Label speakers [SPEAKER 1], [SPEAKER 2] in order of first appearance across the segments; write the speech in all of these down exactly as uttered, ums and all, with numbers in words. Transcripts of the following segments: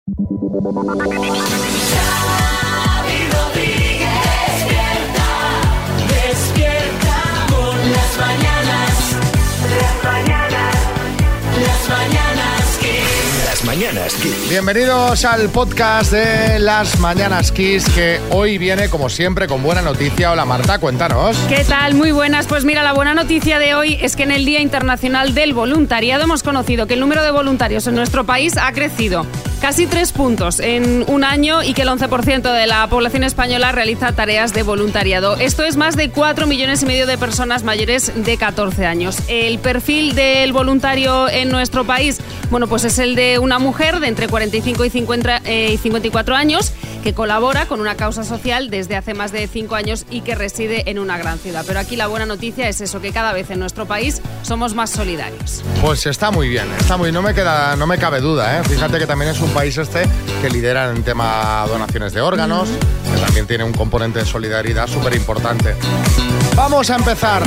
[SPEAKER 1] Despierta con las mañanas, las mañanas, las mañanas Kiss.
[SPEAKER 2] Las mañanas Kiss.
[SPEAKER 3] Bienvenidos al podcast de Las Mañanas Kiss, que hoy viene, como siempre, con buena noticia. Hola Marta, cuéntanos.
[SPEAKER 4] ¿Qué tal? Muy buenas. Pues mira, la buena noticia de hoy es que en el Día Internacional del Voluntariado hemos conocido que el número de voluntarios en nuestro país ha crecido casi tres puntos en un año y que el once por ciento de la población española realiza tareas de voluntariado. Esto es más de cuatro millones y medio de personas mayores de catorce años. El perfil del voluntario en nuestro país, bueno, pues es el de una mujer de entre cuarenta y cinco y cincuenta, eh, y cincuenta y cuatro años que colabora con una causa social desde hace más de cinco años y que reside en una gran ciudad. Pero aquí la buena noticia es eso, que cada vez en nuestro país somos más solidarios.
[SPEAKER 3] Pues está muy bien, está muy, no me queda, no me cabe duda, ¿eh? Fíjate que también es un país este que lidera en tema donaciones de órganos, que también tiene un componente de solidaridad súper importante. Vamos a empezar.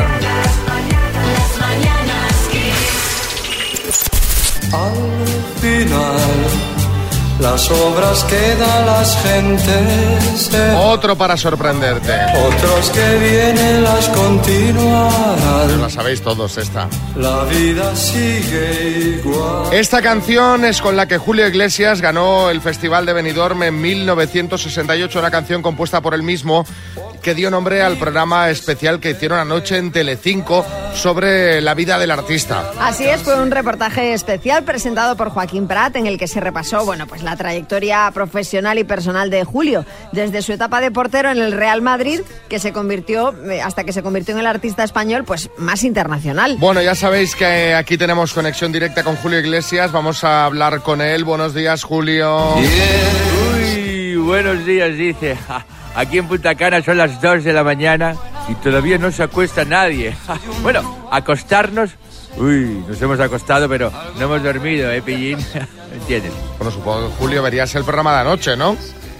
[SPEAKER 5] Al final, las obras que da las gentes, eh.
[SPEAKER 3] Otro para sorprenderte.
[SPEAKER 5] Otros que vienen las continuarán.
[SPEAKER 3] La sabéis todos esta.
[SPEAKER 5] La vida sigue igual.
[SPEAKER 3] Esta canción es con la que Julio Iglesias ganó el Festival de Benidorm en mil novecientos sesenta y ocho, una canción compuesta por él mismo que dio nombre al programa especial que hicieron anoche en Telecinco sobre la vida del artista.
[SPEAKER 6] Así es, fue un reportaje especial presentado por Joaquín Prat en el que se repasó, bueno, pues la trayectoria profesional y personal de Julio, desde su etapa de portero en el Real Madrid, que se convirtió, hasta que se convirtió en el artista español, pues más internacional.
[SPEAKER 3] Bueno, ya sabéis que aquí tenemos conexión directa con Julio Iglesias, vamos a hablar con él. Buenos días, Julio.
[SPEAKER 7] Yeah. Uy, buenos días, dice. Aquí en Punta Cana son las dos de la mañana y todavía no se acuesta nadie. Bueno, acostarnos... Uy, nos hemos acostado, pero no hemos dormido, ¿eh, Pillín? ¿Entiendes?
[SPEAKER 3] Bueno, supongo que, Julio, verías el programa de anoche, ¿no?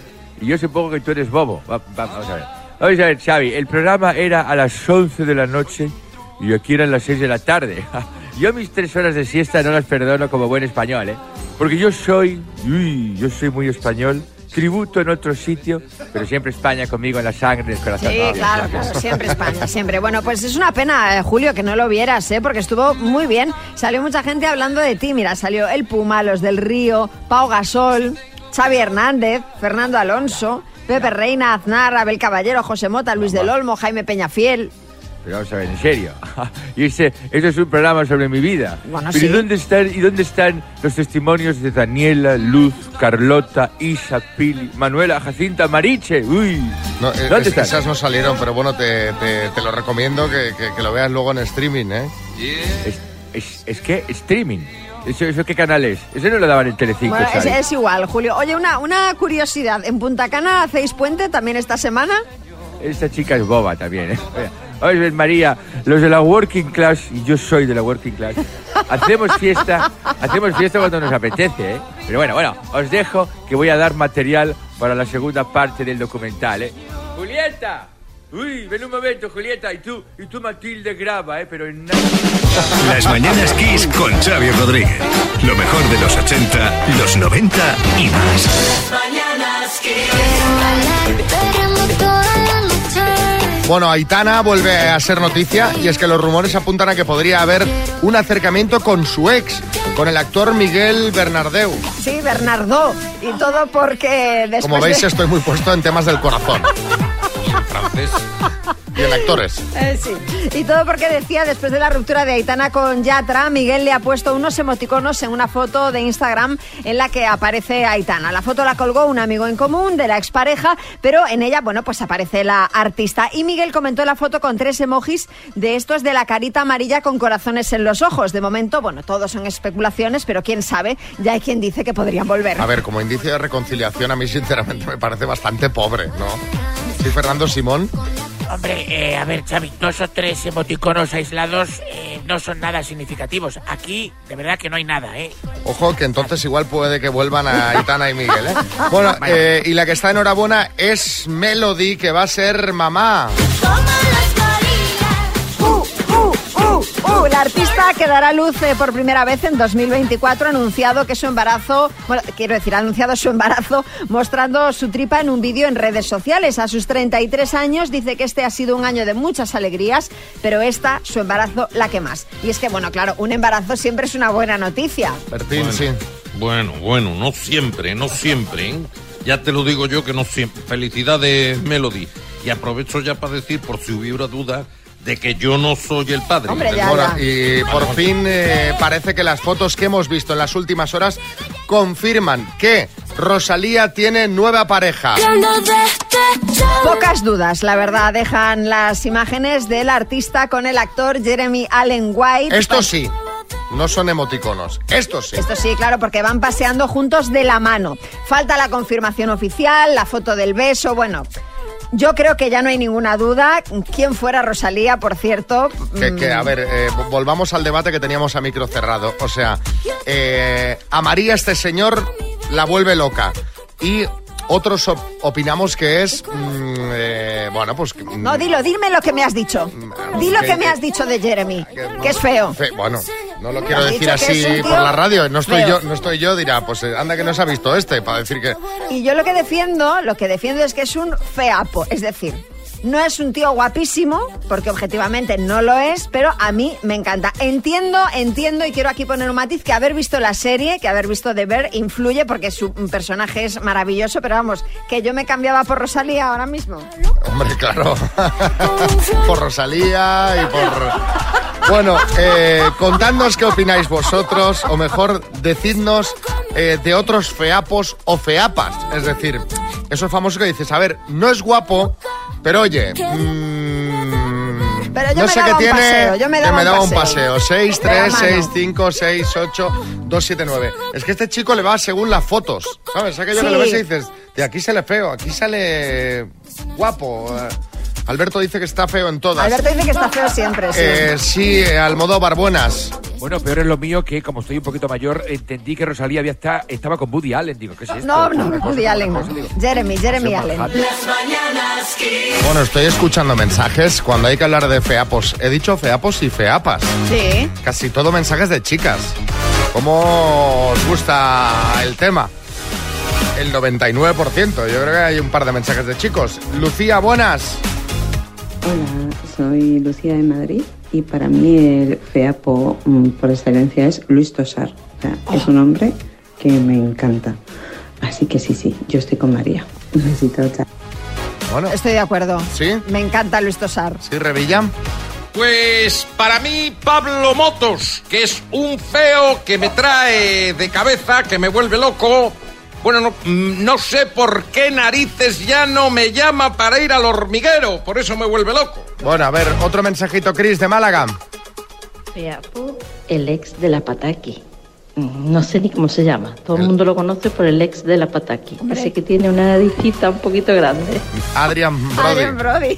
[SPEAKER 7] Y yo supongo que tú eres bobo. Va, va, vamos a ver. Vamos a ver, Xavi, el programa era a las once de la noche y aquí eran las seis de la tarde. Yo mis tres horas de siesta no las perdono como buen español, ¿eh? Porque yo soy... Uy, yo soy muy español... Tributo en otro sitio, pero siempre España conmigo en la sangre, en el corazón.
[SPEAKER 6] Sí, claro, claro, siempre España, siempre. Bueno, pues es una pena, eh, Julio, que no lo vieras, ¿eh? Porque estuvo muy bien. Salió mucha gente hablando de ti. Mira, salió El Puma, Los del Río, Pau Gasol, Xavi Hernández, Fernando Alonso, Pepe Reina, Aznar, Abel Caballero, José Mota, Luis del Olmo, Jaime Peñafiel.
[SPEAKER 7] Pero vamos a ver, en serio. Y ese, eso es un programa sobre mi vida.
[SPEAKER 6] Bueno,
[SPEAKER 7] pero
[SPEAKER 6] sí.
[SPEAKER 7] ¿y dónde están, ¿y dónde están los testimonios de Daniela, Luz, Carlota, Isa, Pili, Manuela, Jacinta, Mariche? Uy.
[SPEAKER 3] No, eh,
[SPEAKER 7] ¿Dónde
[SPEAKER 3] es,
[SPEAKER 7] están?
[SPEAKER 3] Esas no salieron, pero bueno, te, te, te lo recomiendo que, que, que lo veas luego en streaming, ¿eh?
[SPEAKER 7] Es, es, es que streaming. ¿Eso, ¿Eso qué canal es? Eso no lo daban en Telecinco,
[SPEAKER 6] Bueno, es,
[SPEAKER 7] ¿sabes?
[SPEAKER 6] es igual, Julio. Oye, una, una curiosidad. ¿En Punta Cana hacéis puente también esta semana?
[SPEAKER 7] Esta chica es boba también, ¿eh? Vamos a ver, María, los de la working class, y yo soy de la working class, hacemos fiesta, hacemos fiesta cuando nos apetece, ¿eh? Pero bueno, bueno, os dejo que voy a dar material para la segunda parte del documental, ¿eh? ¡Julieta! Uy, ven un momento, Julieta, y tú, y tú Matilde graba, ¿eh? Pero en nada...
[SPEAKER 2] Las mañanas Kiss con Xavi Rodríguez. Lo mejor de los ochenta, los noventa y más.
[SPEAKER 1] Las mañanas Kiss.
[SPEAKER 3] Bueno, Aitana vuelve a ser noticia y es que los rumores apuntan a que podría haber un acercamiento con su ex, con el actor Miguel Bernardeu.
[SPEAKER 6] Sí, Bernardo. Y todo porque después
[SPEAKER 3] Como veis,
[SPEAKER 6] de...
[SPEAKER 3] estoy muy puesto en temas del corazón. En francés. Y en actores.
[SPEAKER 6] Eh, sí. Y todo porque decía, después de la ruptura de Aitana con Yatra, Miguel le ha puesto unos emoticonos en una foto de Instagram en la que aparece Aitana. La foto la colgó un amigo en común de la expareja, pero en ella, bueno, pues aparece la artista. Y Miguel comentó la foto con tres emojis de estos de la carita amarilla con corazones en los ojos. De momento, bueno, todo son especulaciones, pero quién sabe, ya hay quien dice que podrían volver.
[SPEAKER 3] A ver, como indicio de reconciliación, a mí sinceramente me parece bastante pobre, ¿no? Sí, Fernando Simón.
[SPEAKER 8] Hombre, eh, a ver, Xavi, dos o tres emoticonos aislados eh, no son nada significativos. Aquí, de verdad que no hay nada, ¿eh?
[SPEAKER 3] Ojo, que entonces igual puede que vuelvan a Aitana y Miguel, ¿eh? Bueno, eh, y la que está enhorabuena es Melody, que va a ser mamá.
[SPEAKER 1] Toma las colinas. Uh, uh, uh, uh.
[SPEAKER 6] Uh, la artista que dará luz eh, por primera vez en dos mil veinticuatro ha anunciado que su embarazo, bueno, quiero decir, ha anunciado su embarazo mostrando su tripa en un vídeo en redes sociales. A sus treinta y tres años dice que este ha sido un año de muchas alegrías, pero esta, su embarazo, la que más. Y es que, bueno, claro, un embarazo siempre es una buena noticia.
[SPEAKER 3] Bertín,
[SPEAKER 9] bueno,
[SPEAKER 3] sí.
[SPEAKER 9] Bueno, bueno, no siempre, no siempre, ¿eh? Ya te lo digo yo que no siempre. Felicidades, Melody. Y aprovecho ya para decir, por si hubiera duda, de que yo no soy el padre.
[SPEAKER 6] Hombre, ya,
[SPEAKER 3] Ahora,
[SPEAKER 6] ya.
[SPEAKER 3] y por fin eh, parece que las fotos que hemos visto en las últimas horas confirman que Rosalía tiene nueva pareja.
[SPEAKER 6] Pocas dudas, la verdad, dejan las imágenes del artista con el actor Jeremy Allen White.
[SPEAKER 3] Esto sí, no son emoticonos. Esto sí.
[SPEAKER 6] Esto sí, claro, porque van paseando juntos de la mano. Falta la confirmación oficial, la foto del beso, bueno... Yo creo que ya no hay ninguna duda. ¿Quién fuera Rosalía, por cierto?
[SPEAKER 3] Que, que a ver, eh, volvamos al debate que teníamos a micro cerrado. O sea, eh, a María este señor la vuelve loca. Y otros op- opinamos que es... Mm, eh, bueno, pues... que, mm,
[SPEAKER 6] No, dilo, dime lo que me has dicho. Di lo
[SPEAKER 3] que-
[SPEAKER 6] que me has dicho de Jeremy, que es feo.
[SPEAKER 3] fe- bueno, no lo quiero
[SPEAKER 6] Has
[SPEAKER 3] decir
[SPEAKER 6] dicho que
[SPEAKER 3] así
[SPEAKER 6] es un tío
[SPEAKER 3] por la radio. No estoy
[SPEAKER 6] feo.
[SPEAKER 3] yo, no estoy yo, dirá, pues eh, anda que no se ha visto este, para decir que...
[SPEAKER 6] Y yo lo que defiendo, lo que defiendo es que es un feapo, es decir... No es un tío guapísimo, porque objetivamente no lo es, pero a mí me encanta. Entiendo, entiendo, y quiero aquí poner un matiz, que haber visto la serie, que haber visto The Bear, influye porque su personaje es maravilloso, pero vamos, que yo me cambiaba por Rosalía ahora mismo.
[SPEAKER 3] Hombre, claro. Por Rosalía y por... Bueno, eh, contadnos qué opináis vosotros, o mejor, decidnos eh, de otros feapos o feapas. Es decir, eso es famoso que dices, a ver, no es guapo, pero oye... Mmm,
[SPEAKER 6] Pero yo
[SPEAKER 3] no
[SPEAKER 6] me
[SPEAKER 3] sé
[SPEAKER 6] daba
[SPEAKER 3] qué
[SPEAKER 6] un
[SPEAKER 3] tiene,
[SPEAKER 6] paseo, yo me
[SPEAKER 3] que
[SPEAKER 6] daba
[SPEAKER 3] me
[SPEAKER 6] un
[SPEAKER 3] daba un
[SPEAKER 6] paseo.
[SPEAKER 3] paseo. seis,
[SPEAKER 6] De la
[SPEAKER 3] tres,
[SPEAKER 6] mano.
[SPEAKER 3] seis, cinco, seis, ocho, dos, siete, nueve. Es que este chico le va según las fotos, ¿sabes? Aquello
[SPEAKER 6] Sí.
[SPEAKER 3] que le ves y dices, de aquí sale feo, aquí sale guapo. Eh, Alberto dice que está feo en todas.
[SPEAKER 6] Alberto dice que está feo siempre, sí.
[SPEAKER 3] Eh, sí, eh, Almodóvar, buenas.
[SPEAKER 7] Bueno, peor es lo mío que, como estoy un poquito mayor, entendí que Rosalía había está, estaba con Woody Allen. Digo, ¿qué es esto?
[SPEAKER 6] No, no,
[SPEAKER 7] Una cosa,
[SPEAKER 6] Woody
[SPEAKER 7] una
[SPEAKER 6] Allen.
[SPEAKER 7] cosa, digo,
[SPEAKER 6] Jeremy, Jeremy
[SPEAKER 7] Paseo
[SPEAKER 6] Allen.
[SPEAKER 7] Manhattan.
[SPEAKER 1] Las mañanas Kiss.
[SPEAKER 3] Bueno, estoy escuchando mensajes cuando hay que hablar de feapos. He dicho feapos y feapas.
[SPEAKER 6] Sí.
[SPEAKER 3] Casi todo mensajes de chicas. ¿Cómo os gusta el tema? El noventa y nueve por ciento. Yo creo que hay un par de mensajes de chicos. Lucía, buenas.
[SPEAKER 10] Hola, soy Lucía de Madrid y para mí el feapo mm, por excelencia es Luis Tosar. O sea, es un hombre que me encanta. Así que sí, sí, yo estoy con María. Un besito, chao.
[SPEAKER 3] Bueno,
[SPEAKER 6] Estoy de acuerdo.
[SPEAKER 3] ¿sí?
[SPEAKER 6] Me encanta Luis Tosar.
[SPEAKER 3] ¿Sí, Revilla?
[SPEAKER 9] Pues para mí, Pablo Motos, que es un feo que me trae de cabeza, que me vuelve loco. Bueno, no, no sé por qué narices ya no me llama para ir al hormiguero, por eso me vuelve loco.
[SPEAKER 3] Bueno, a ver, otro mensajito, Cris, de Málaga.
[SPEAKER 11] Feapo, el ex de la Pataki. No sé ni cómo se llama. Todo el mundo lo conoce por el ex de la Pataki. Así que tiene una naricita un poquito grande.
[SPEAKER 3] Adrián Brody.
[SPEAKER 6] Adrián Brody.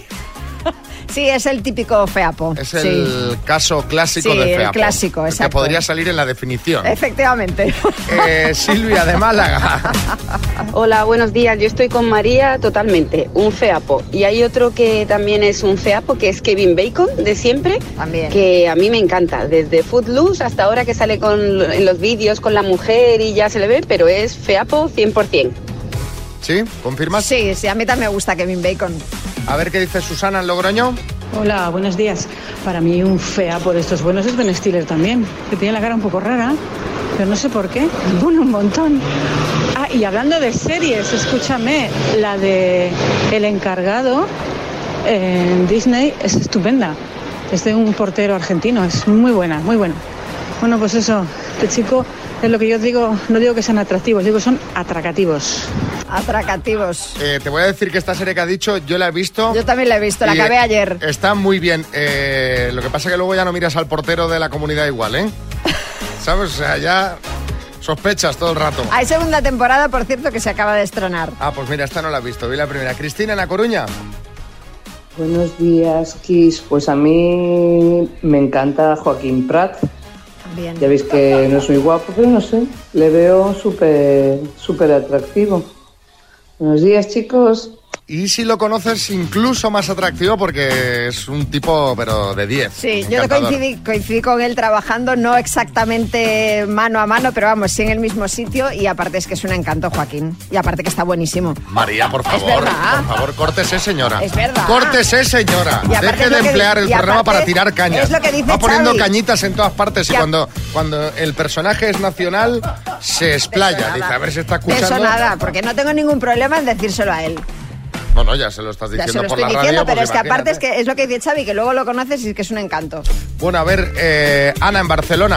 [SPEAKER 6] Sí, es el típico feapo.
[SPEAKER 3] Es el
[SPEAKER 6] Sí.
[SPEAKER 3] caso clásico
[SPEAKER 6] Sí,
[SPEAKER 3] de
[SPEAKER 6] el
[SPEAKER 3] feapo.
[SPEAKER 6] clásico,
[SPEAKER 3] el
[SPEAKER 6] exacto.
[SPEAKER 3] Que podría salir en la definición.
[SPEAKER 6] Efectivamente.
[SPEAKER 3] Eh, Silvia, de Málaga.
[SPEAKER 12] Hola, buenos días. Yo estoy con María totalmente, un feapo. Y hay otro que también es un feapo, que es Kevin Bacon, de siempre.
[SPEAKER 6] También.
[SPEAKER 12] Que a mí me encanta, desde Footloose hasta ahora que sale con, en los vídeos con la mujer y ya se le ve, pero es feapo cien por ciento.
[SPEAKER 3] ¿Sí? ¿Confirmas?
[SPEAKER 6] Sí, sí, a mí también me gusta Kevin Bacon.
[SPEAKER 3] A ver qué dice Susana en Logroño.
[SPEAKER 13] Hola, buenos días. Para mí un feapo de estos buenos es Ben Stiller también, que tiene la cara un poco rara, pero no sé por qué. Bueno, un montón. Ah, y hablando de series, escúchame, la de El Encargado en Disney es estupenda. Es de un portero argentino, es muy buena, muy buena. Bueno, pues eso, este chico es lo que yo digo, no digo que sean atractivos, digo que son atracativos.
[SPEAKER 6] Atracativos.
[SPEAKER 3] Eh, te voy a decir que esta serie que ha dicho, yo la he visto.
[SPEAKER 6] Yo también la he visto, la
[SPEAKER 3] y,
[SPEAKER 6] acabé
[SPEAKER 3] eh,
[SPEAKER 6] ayer.
[SPEAKER 3] Está muy bien. Eh, lo que pasa es que luego ya no miras al portero de la comunidad igual, ¿eh? ¿Sabes? O sea, ya sospechas todo el rato.
[SPEAKER 6] Hay segunda temporada, por cierto, que se acaba de estrenar.
[SPEAKER 3] Ah, pues mira, esta no la he visto. Vi la primera. Cristina, en La Coruña.
[SPEAKER 14] Buenos días, Kiss. Pues a mí me encanta Joaquín Prat.
[SPEAKER 6] También.
[SPEAKER 14] Ya veis que no es muy guapo, pero no sé, le veo súper súper atractivo. Buenos días, chicos.
[SPEAKER 3] Y si lo conoces, incluso más atractivo porque es un tipo, pero de diez.
[SPEAKER 6] Sí, yo coincidí, coincidí con él trabajando, no exactamente mano a mano, pero vamos, sí en el mismo sitio. Y aparte es que es un encanto, Joaquín. Y aparte que está buenísimo.
[SPEAKER 3] María, por favor,
[SPEAKER 6] es verdad.
[SPEAKER 3] por favor, córtese, señora.
[SPEAKER 6] Es verdad.
[SPEAKER 3] Córtese, señora. Deje de emplear el programa para tirar cañas.
[SPEAKER 6] Es lo que dice
[SPEAKER 3] Va poniendo
[SPEAKER 6] Xavi.
[SPEAKER 3] cañitas en todas partes y
[SPEAKER 6] Ya.
[SPEAKER 3] cuando, cuando el personaje es nacional, se explaya. Dice, a ver si está
[SPEAKER 6] De
[SPEAKER 3] escuchando.
[SPEAKER 6] eso nada, porque no tengo ningún problema en decírselo a él.
[SPEAKER 3] No, no, ya se lo estás
[SPEAKER 6] Ya
[SPEAKER 3] diciendo
[SPEAKER 6] se lo
[SPEAKER 3] por
[SPEAKER 6] estoy
[SPEAKER 3] la
[SPEAKER 6] diciendo,
[SPEAKER 3] radio.
[SPEAKER 6] pero
[SPEAKER 3] pues
[SPEAKER 6] es que aparte es
[SPEAKER 3] imagínate.
[SPEAKER 6] que es lo que dice Xavi, que luego lo conoces y es que es un encanto.
[SPEAKER 3] Bueno, a ver, eh, Ana, en Barcelona.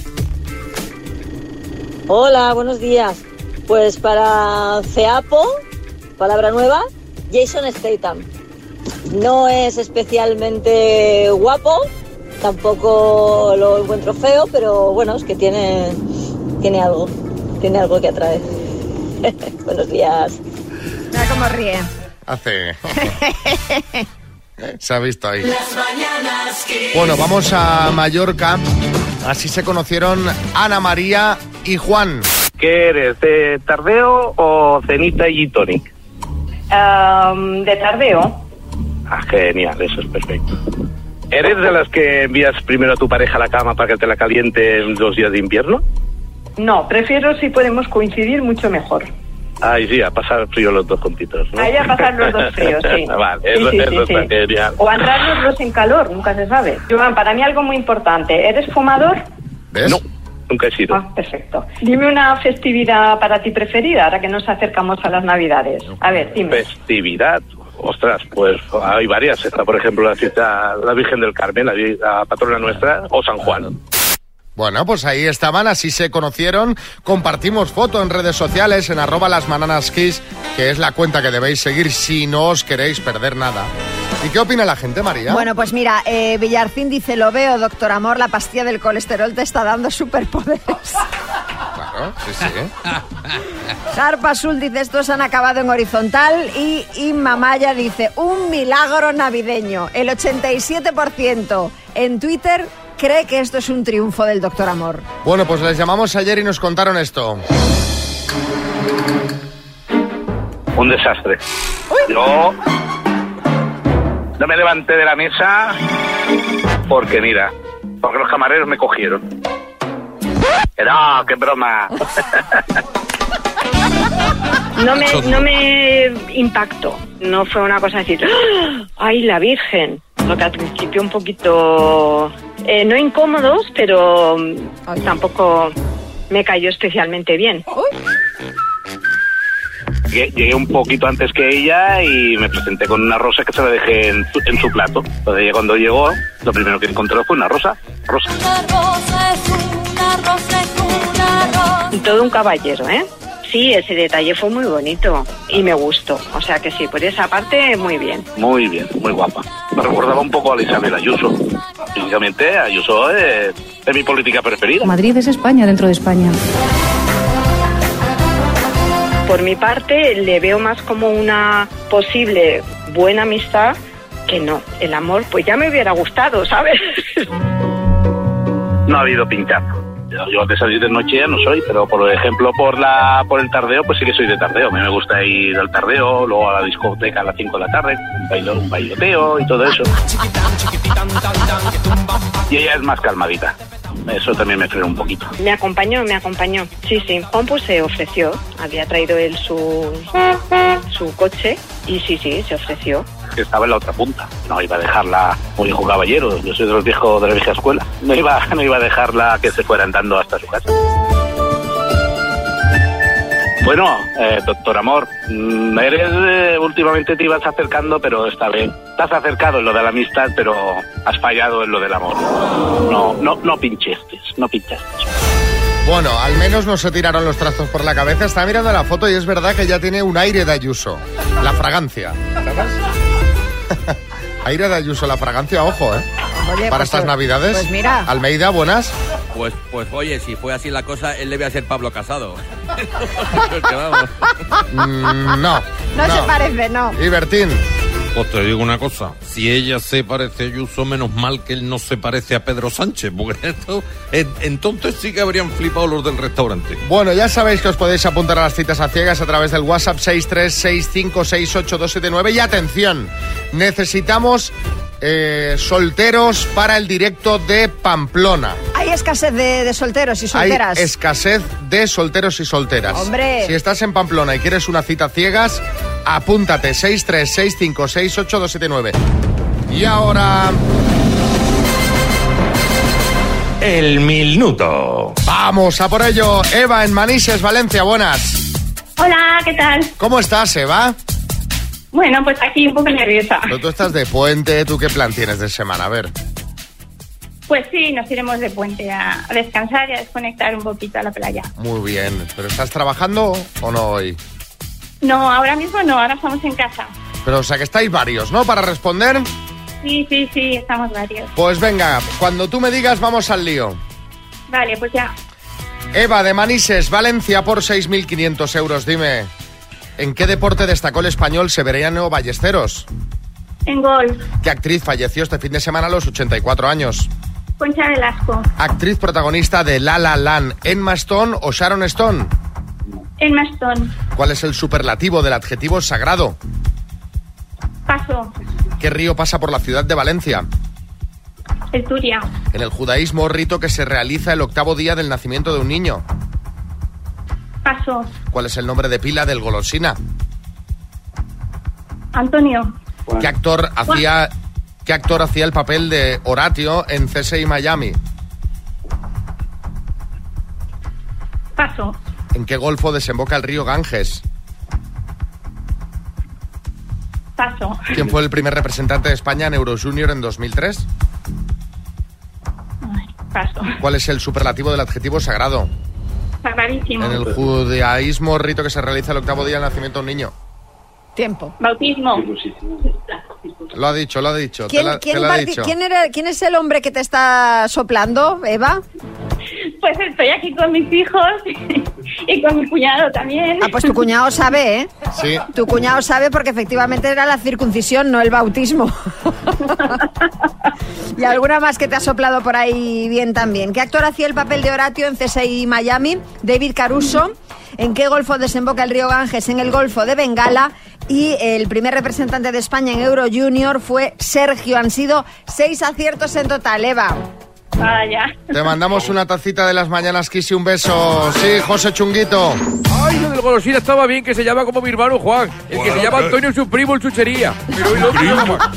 [SPEAKER 15] Hola, buenos días. Pues para Ceapo, palabra nueva, Jason Statham. No es especialmente guapo, tampoco lo encuentro feo, pero bueno, es que tiene, tiene algo, tiene algo que atrae. Buenos días.
[SPEAKER 6] Mira cómo ríe.
[SPEAKER 3] Hace... Se ha visto ahí.
[SPEAKER 1] Las mañanas Kiss.
[SPEAKER 3] Bueno, vamos a Mallorca. Así se conocieron Ana María y Juan.
[SPEAKER 16] ¿Qué eres, de tardeo o cenita y gin tonic?
[SPEAKER 17] Um, de tardeo.
[SPEAKER 16] Ah, genial, eso es perfecto. ¿Eres de las que envías primero a tu pareja a la cama para que te la caliente en los días de invierno?
[SPEAKER 17] No, prefiero si podemos coincidir mucho mejor.
[SPEAKER 16] Ay, sí, a pasar frío los dos juntitos, ¿no?
[SPEAKER 17] Ahí a pasar los dos fríos, sí.
[SPEAKER 16] Vale,
[SPEAKER 17] Sí,
[SPEAKER 16] eso,
[SPEAKER 17] sí,
[SPEAKER 16] eso
[SPEAKER 17] sí,
[SPEAKER 16] está
[SPEAKER 17] sí.
[SPEAKER 16] genial.
[SPEAKER 17] O a entrar los dos en calor, nunca se sabe. Joan, para mí algo muy importante. ¿Eres fumador?
[SPEAKER 3] ¿Ves?
[SPEAKER 16] No, nunca he sido.
[SPEAKER 17] Ah, perfecto. Dime una festividad para ti preferida, ahora que nos acercamos a las Navidades. A ver, dime.
[SPEAKER 16] Festividad, ostras, pues hay varias. Está, por ejemplo, la fiesta, la Virgen del Carmen, la, vi- la patrona nuestra, o San Juan.
[SPEAKER 3] Bueno, pues ahí estaban, así se conocieron. Compartimos foto en redes sociales, en arroba las bananas kiss, que es la cuenta que debéis seguir si no os queréis perder nada. ¿Y qué opina la gente, María?
[SPEAKER 6] Bueno, pues mira, eh, Villarcín dice, lo veo, doctor Amor, la pastilla del colesterol te está dando superpoderes.
[SPEAKER 3] Claro, sí, sí.
[SPEAKER 6] Jarpa Azul dice, estos han acabado en horizontal. Y Inma Maya dice, un milagro navideño. El ochenta y siete por ciento en Twitter cree que esto es un triunfo del doctor Amor.
[SPEAKER 3] Bueno, pues les llamamos ayer y nos contaron esto.
[SPEAKER 16] Un desastre. Yo no me levanté de la mesa porque, mira, porque los camareros me cogieron. Que no, qué broma.
[SPEAKER 17] No me, no me impactó. No fue una cosa así, ¡ah! ¡Ay, la Virgen! Lo que al principio un poquito... Eh, no incómodos, pero mm, tampoco me cayó especialmente bien.
[SPEAKER 16] Llegué, llegué un poquito antes que ella y me presenté con una rosa que se la dejé en, su- en su plato. Entonces ella cuando llegó, lo primero que encontró fue una rosa. Rosa.
[SPEAKER 17] Y todo un caballero, ¿eh? Sí, ese detalle fue muy bonito y me gustó. O sea que sí, por esa parte, muy bien.
[SPEAKER 16] Muy bien, muy guapa. Me recordaba un poco a Isabel Ayuso. Físicamente, Ayuso es, es mi política preferida.
[SPEAKER 18] Madrid es España dentro de España.
[SPEAKER 17] Por mi parte, le veo más como una posible buena amistad que no. El amor, pues ya me hubiera gustado, ¿sabes?
[SPEAKER 16] No ha habido pinchazo. Yo, yo de salir de noche ya no soy, pero por ejemplo por la por el tardeo, pues sí que soy de tardeo. A mí me gusta ir al tardeo, luego a la discoteca a las cinco de la tarde, un, bailo, un bailoteo y todo eso. Y ella es más calmadita. Eso también me frena un poquito.
[SPEAKER 17] Me acompañó, me acompañó. Sí, sí. Juan pues se ofreció. Había traído él su, su coche y sí, sí, se ofreció.
[SPEAKER 16] Que estaba en la otra punta. No iba a dejarla como viejo caballero. Yo soy de los viejos de la vieja escuela. No iba, no iba a dejarla que se fuera andando hasta su casa. Bueno, eh, doctor Amor, mm, eres eh, últimamente te ibas acercando, pero esta vez te has acercado en lo de la amistad, pero has fallado en lo del amor. No, no, no pinchestes, no pinchestes.
[SPEAKER 3] Bueno, al menos no se tiraron los trazos por la cabeza. Estaba mirando la foto y es verdad que ya tiene un aire de Ayuso. La fragancia. ¿Sabes? Aire de Ayuso, la fragancia, ojo, ¿eh?
[SPEAKER 6] Oye,
[SPEAKER 3] Para
[SPEAKER 6] pues,
[SPEAKER 3] estas navidades.
[SPEAKER 6] pues mira.
[SPEAKER 3] Almeida, buenas.
[SPEAKER 7] Pues, pues oye, si fue así la cosa, él debe ser Pablo Casado. Porque vamos.
[SPEAKER 3] Mm, no.
[SPEAKER 6] No, se parece, no.
[SPEAKER 3] Y Bertín.
[SPEAKER 9] Pues te digo una cosa, si ella se parece a Ayuso, menos mal que él no se parece a Pedro Sánchez, porque esto, entonces sí que habrían flipado los del restaurante.
[SPEAKER 3] Bueno, ya sabéis que os podéis apuntar a las citas a ciegas a través del WhatsApp seis tres seis cinco seis ocho dos siete nueve. Y atención, necesitamos eh, solteros para el directo de Pamplona.
[SPEAKER 6] Hay escasez de, de solteros y solteras.
[SPEAKER 3] Hay escasez de solteros y solteras.
[SPEAKER 6] ¡Hombre!
[SPEAKER 3] Si estás en Pamplona y quieres una cita ciegas, apúntate seis tres seis cinco seis ocho dos siete nueve. Y ahora...
[SPEAKER 2] El minuto.
[SPEAKER 3] Vamos a por ello. Eva en Manises, Valencia, buenas.
[SPEAKER 19] Hola, ¿qué tal?
[SPEAKER 3] ¿Cómo estás, Eva?
[SPEAKER 19] Bueno, pues aquí un poco nerviosa.
[SPEAKER 3] Pero tú estás de puente, ¿tú qué plan tienes de semana? A ver.
[SPEAKER 19] Pues sí, nos iremos de puente a, a descansar y a desconectar un poquito a la playa.
[SPEAKER 3] Muy bien. ¿Pero estás trabajando o no hoy?
[SPEAKER 19] No, ahora mismo no, ahora estamos en casa.
[SPEAKER 3] Pero o sea que estáis varios, ¿no? Para responder.
[SPEAKER 19] Sí, sí, sí, estamos varios.
[SPEAKER 3] Pues venga, cuando tú me digas vamos al lío.
[SPEAKER 19] Vale, pues ya.
[SPEAKER 3] Eva de Manises, Valencia, por seis mil quinientos euros. Dime, ¿en qué deporte destacó el español Severiano Ballesteros?
[SPEAKER 19] En golf.
[SPEAKER 3] ¿Qué actriz falleció este fin de semana a los ochenta y cuatro años?
[SPEAKER 19] Concha Velasco.
[SPEAKER 3] Actriz protagonista de La La Land, ¿Emma Stone o Sharon Stone?
[SPEAKER 19] Emma Stone.
[SPEAKER 3] ¿Cuál es el superlativo del adjetivo sagrado?
[SPEAKER 19] Paso.
[SPEAKER 3] ¿Qué río pasa por la ciudad de Valencia?
[SPEAKER 19] El Turia.
[SPEAKER 3] En el judaísmo, rito que se realiza el octavo día del nacimiento de un niño.
[SPEAKER 19] Paso.
[SPEAKER 3] ¿Cuál es el nombre de pila del golosina?
[SPEAKER 19] Antonio.
[SPEAKER 3] ¿Qué actor hacía, qué actor hacía el papel de Horatio en C S I Miami?
[SPEAKER 19] Paso.
[SPEAKER 3] ¿En qué golfo desemboca el río Ganges?
[SPEAKER 19] Paso.
[SPEAKER 3] ¿Quién fue el primer representante de España en Eurojunior en dos mil tres?
[SPEAKER 19] Paso.
[SPEAKER 3] ¿Cuál es el superlativo del adjetivo sagrado?
[SPEAKER 19] Sagradísimo.
[SPEAKER 3] En el judaísmo, rito que se realiza el octavo día del nacimiento de un niño.
[SPEAKER 6] Tiempo.
[SPEAKER 19] Bautismo.
[SPEAKER 3] Lo ha dicho, lo ha dicho.
[SPEAKER 6] ¿Quién,
[SPEAKER 3] te la,
[SPEAKER 6] quién,
[SPEAKER 3] te la ha
[SPEAKER 6] parti-
[SPEAKER 3] dicho.
[SPEAKER 6] ¿quién, era, ¿Quién es el hombre que te está soplando, Eva?
[SPEAKER 19] Pues estoy aquí con mis hijos y con mi cuñado también.
[SPEAKER 6] Ah, pues tu cuñado sabe, ¿eh?
[SPEAKER 3] Sí.
[SPEAKER 6] Tu cuñado sabe porque efectivamente era la circuncisión, no el bautismo. Y alguna más que te ha soplado por ahí bien también. ¿Qué actor hacía el papel de Horatio en C S I Miami? David Caruso. ¿En qué golfo desemboca el río Ganges? En el Golfo de Bengala. Y el primer representante de España en Euro Junior fue Sergio. Han sido seis aciertos en total, Eva.
[SPEAKER 19] Vaya.
[SPEAKER 3] Te mandamos una tacita de las mañanas, Kiss, y un beso. Sí, José Chunguito.
[SPEAKER 7] Ay, lo del golosina estaba bien, que se llama como mi hermano Juan. El que se llama Antonio es su primo en chuchería. Pero el otro se llama...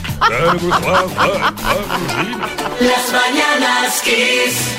[SPEAKER 1] Las mañanas Kiss.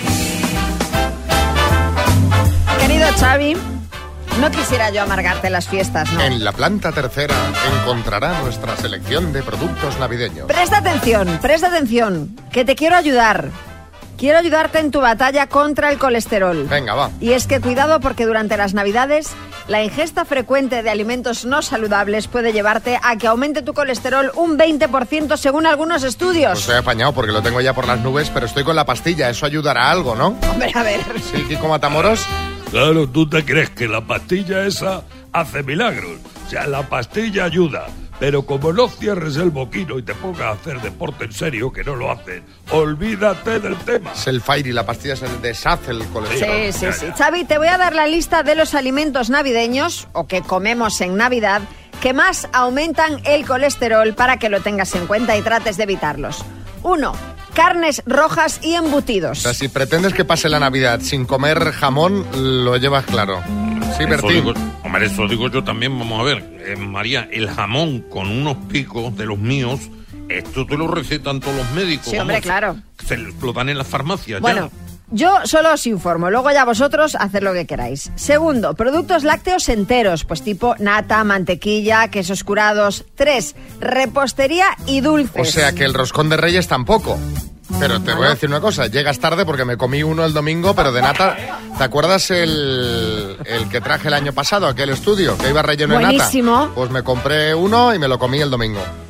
[SPEAKER 6] Querido Xavi, no quisiera yo amargarte las fiestas, ¿no?
[SPEAKER 3] En la planta tercera encontrará nuestra selección de productos navideños.
[SPEAKER 6] Presta atención, presta atención, que te quiero ayudar. Quiero ayudarte en tu batalla contra el colesterol.
[SPEAKER 3] Venga, va.
[SPEAKER 6] Y es que cuidado porque durante las Navidades la ingesta frecuente de alimentos no saludables puede llevarte a que aumente tu colesterol un veinte por ciento según algunos estudios.
[SPEAKER 3] Pues estoy apañado porque lo tengo ya por las nubes, pero estoy con la pastilla. Eso ayudará a algo, ¿no?
[SPEAKER 6] Hombre, a ver.
[SPEAKER 3] Sí, Kiko Matamoros.
[SPEAKER 20] Claro, tú te crees que la pastilla esa hace milagros. O sea, la pastilla ayuda. Pero como no cierres el boquino y te pongas a hacer deporte en serio, que no lo hacen, olvídate del tema.
[SPEAKER 3] Es el Fairy, la pastilla se deshace el colesterol.
[SPEAKER 6] Sí, sí, sí. Xavi, te voy a dar la lista de los alimentos navideños, o que comemos en Navidad, que más aumentan el colesterol para que lo tengas en cuenta y trates de evitarlos. Uno, carnes rojas y embutidos.
[SPEAKER 3] O sea, si pretendes que pase la Navidad sin comer jamón, lo llevas claro. Sí,
[SPEAKER 9] Eso
[SPEAKER 3] Bertín.
[SPEAKER 9] digo, hombre, eso digo yo también. Vamos a ver, eh, María, el jamón con unos picos de los míos, esto te lo recetan todos los médicos.
[SPEAKER 6] Sí, hombre,
[SPEAKER 9] vamos,
[SPEAKER 6] claro.
[SPEAKER 9] Se lo dan en las farmacias.
[SPEAKER 6] Bueno,
[SPEAKER 9] ya.
[SPEAKER 6] yo solo os informo, luego ya vosotros haced lo que queráis. Segundo, productos lácteos enteros, pues tipo nata, mantequilla, quesos curados. Tres, repostería y dulces.
[SPEAKER 3] O sea que el roscón de Reyes tampoco. Pero te voy a decir una cosa, llegas tarde porque me comí uno el domingo, pero de nata. ¿Te acuerdas el, el que traje el año pasado, aquel estudio, que iba relleno de nata?
[SPEAKER 6] Buenísimo.
[SPEAKER 3] Pues me compré uno y me lo comí el domingo.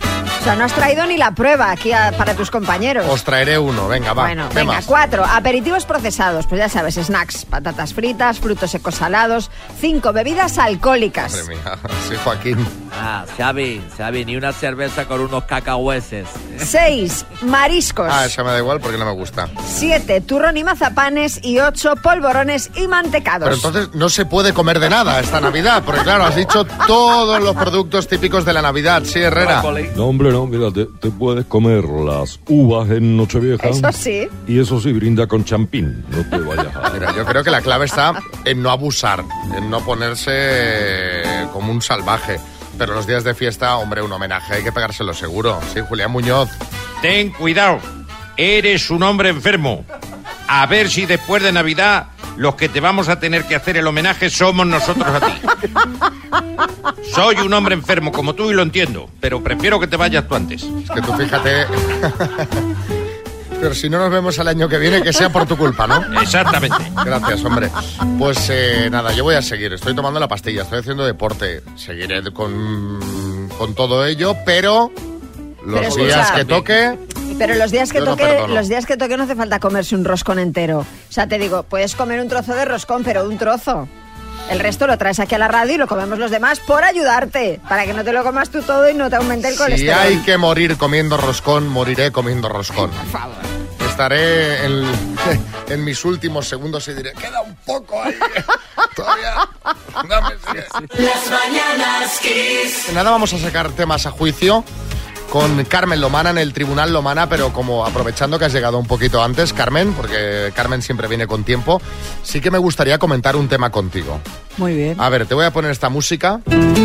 [SPEAKER 6] sea, no has traído ni la prueba aquí a, para tus compañeros.
[SPEAKER 3] Os traeré uno, venga, va.
[SPEAKER 6] Bueno, venga,
[SPEAKER 3] más?
[SPEAKER 6] cuatro. Aperitivos procesados, pues ya sabes, snacks, patatas fritas, frutos secos salados. Cinco, bebidas alcohólicas.
[SPEAKER 3] Madre mía, sí, Joaquín.
[SPEAKER 21] Ah, Xavi, Xavi, ni una cerveza con unos cacahueses.
[SPEAKER 6] Seis, mariscos.
[SPEAKER 3] Ah, esa me da igual porque no me gusta.
[SPEAKER 6] Siete, turrón y mazapanes. Y ocho, polvorones y mantecados.
[SPEAKER 3] Pero entonces no se puede comer de nada esta Navidad, porque claro, has dicho todos los productos típicos de la Navidad. Sí, Herrera.
[SPEAKER 20] No, hombre, no, mira, te, te puedes comer las uvas en Nochevieja.
[SPEAKER 6] Eso sí.
[SPEAKER 20] Y eso sí, brinda con champín. No te vayas a...
[SPEAKER 3] Mira, yo creo que la clave está en no abusar, en no ponerse como un salvaje. Pero los días de fiesta, hombre, un homenaje, hay que pegárselo seguro. Sí, Julián Muñoz.
[SPEAKER 9] Ten cuidado, eres un hombre enfermo. A ver si después de Navidad los que te vamos a tener que hacer el homenaje somos nosotros a ti. Soy un hombre enfermo como tú y lo entiendo, pero prefiero que te vayas tú antes.
[SPEAKER 3] Es que tú fíjate... Pero si no nos vemos el año que viene, que sea por tu culpa, ¿no?
[SPEAKER 9] Exactamente.
[SPEAKER 3] Gracias, hombre. Pues eh, nada, yo voy a seguir. Estoy tomando la pastilla, estoy haciendo deporte. Seguiré con, con todo ello, pero los
[SPEAKER 6] Pero
[SPEAKER 3] días
[SPEAKER 6] escucha,
[SPEAKER 3] que toque...
[SPEAKER 6] Pero los días que
[SPEAKER 3] Yo no
[SPEAKER 6] toque,
[SPEAKER 3] perdono.
[SPEAKER 6] los días que toque no hace falta comerse un roscón entero. O sea, te digo, puedes comer un trozo de roscón, pero un trozo. El resto lo traes aquí a la radio y lo comemos los demás por ayudarte, para que no te lo comas tú todo y no te aumente el
[SPEAKER 3] Si
[SPEAKER 6] colesterol.
[SPEAKER 3] hay que morir comiendo roscón, moriré comiendo roscón.
[SPEAKER 6] Por favor.
[SPEAKER 3] Estaré en, en mis últimos segundos y diré, queda un poco ahí. Todavía. Dame, sigue.
[SPEAKER 1] Las mañanas Kiss.
[SPEAKER 3] Nada, vamos a sacar temas a juicio con Carmen Lomana en el Tribunal Lomana, pero como aprovechando que has llegado un poquito antes, Carmen, porque Carmen siempre viene con tiempo, sí que me gustaría comentar un tema contigo.
[SPEAKER 22] Muy bien.
[SPEAKER 3] A ver, te voy a poner esta música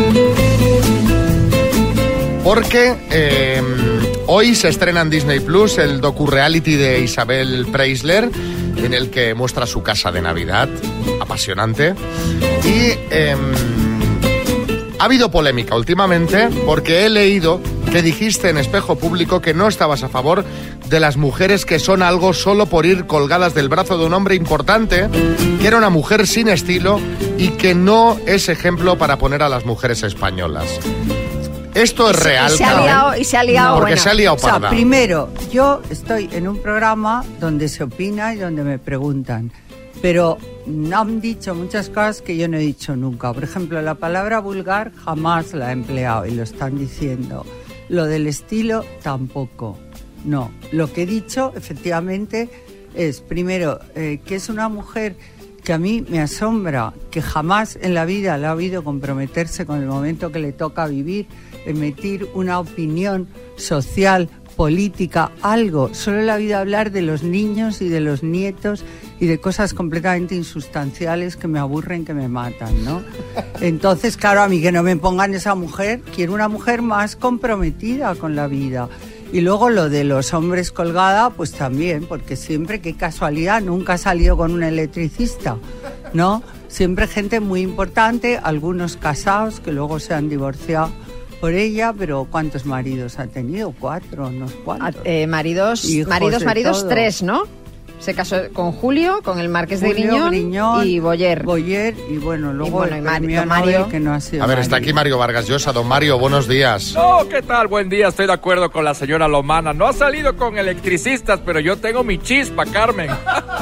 [SPEAKER 3] porque eh, hoy se estrena en Disney Plus el docu-reality de Isabel Preisler, en el que muestra su casa de Navidad, apasionante, y eh, ha habido polémica últimamente porque he leído que dijiste en Espejo Público que no estabas a favor de las mujeres que son algo solo por ir colgadas del brazo de un hombre importante, que era una mujer sin estilo y que no es ejemplo para poner a las mujeres españolas. Esto es
[SPEAKER 6] Y se-
[SPEAKER 3] real,
[SPEAKER 6] y se ha
[SPEAKER 3] Carmen?
[SPEAKER 6] liado- y se ha liado,
[SPEAKER 3] Porque
[SPEAKER 6] bueno.
[SPEAKER 3] se ha liado
[SPEAKER 22] O sea,
[SPEAKER 3] parda.
[SPEAKER 22] primero, yo estoy en un programa donde se opina y donde me preguntan, pero han dicho muchas cosas que yo no he dicho nunca. Por ejemplo, la palabra vulgar jamás la he empleado y lo están diciendo. Lo del estilo tampoco. No, lo que he dicho efectivamente es, primero, eh, que es una mujer que a mí me asombra, que jamás en la vida le ha habido comprometerse con el momento que le toca vivir, emitir una opinión social, política, algo. Solo le ha habido hablar de los niños y de los nietos y de cosas completamente insustanciales que me aburren, que me matan, ¿no? Entonces, claro, a mí que no me pongan esa mujer, quiero una mujer más comprometida con la vida. Y luego lo de los hombres colgada, pues también, porque siempre, qué casualidad, nunca ha salido con un electricista, ¿no? Siempre gente muy importante, algunos casados que luego se han divorciado por ella, pero ¿cuántos maridos ha tenido? Cuatro, no sé cuántos.
[SPEAKER 6] Eh, maridos,
[SPEAKER 22] Hijos
[SPEAKER 6] maridos,
[SPEAKER 22] de
[SPEAKER 6] maridos,
[SPEAKER 22] todo.
[SPEAKER 6] tres, ¿no? Se casó con Julio, con el Marqués de
[SPEAKER 22] Julio,
[SPEAKER 6] Griñón,
[SPEAKER 22] Griñón,
[SPEAKER 6] y Boyer.
[SPEAKER 22] Boyer y bueno, luego
[SPEAKER 6] bueno,
[SPEAKER 22] el
[SPEAKER 6] y Mari-
[SPEAKER 22] premio
[SPEAKER 6] don Mario.
[SPEAKER 22] Nobel, que no ha sido
[SPEAKER 3] A ver, está
[SPEAKER 22] Mario.
[SPEAKER 3] aquí Mario Vargas Llosa. Don Mario, buenos días.
[SPEAKER 7] No, ¿qué tal? Buen día, estoy de acuerdo con la señora Lomana. No ha salido con electricistas, pero yo tengo mi chispa, Carmen.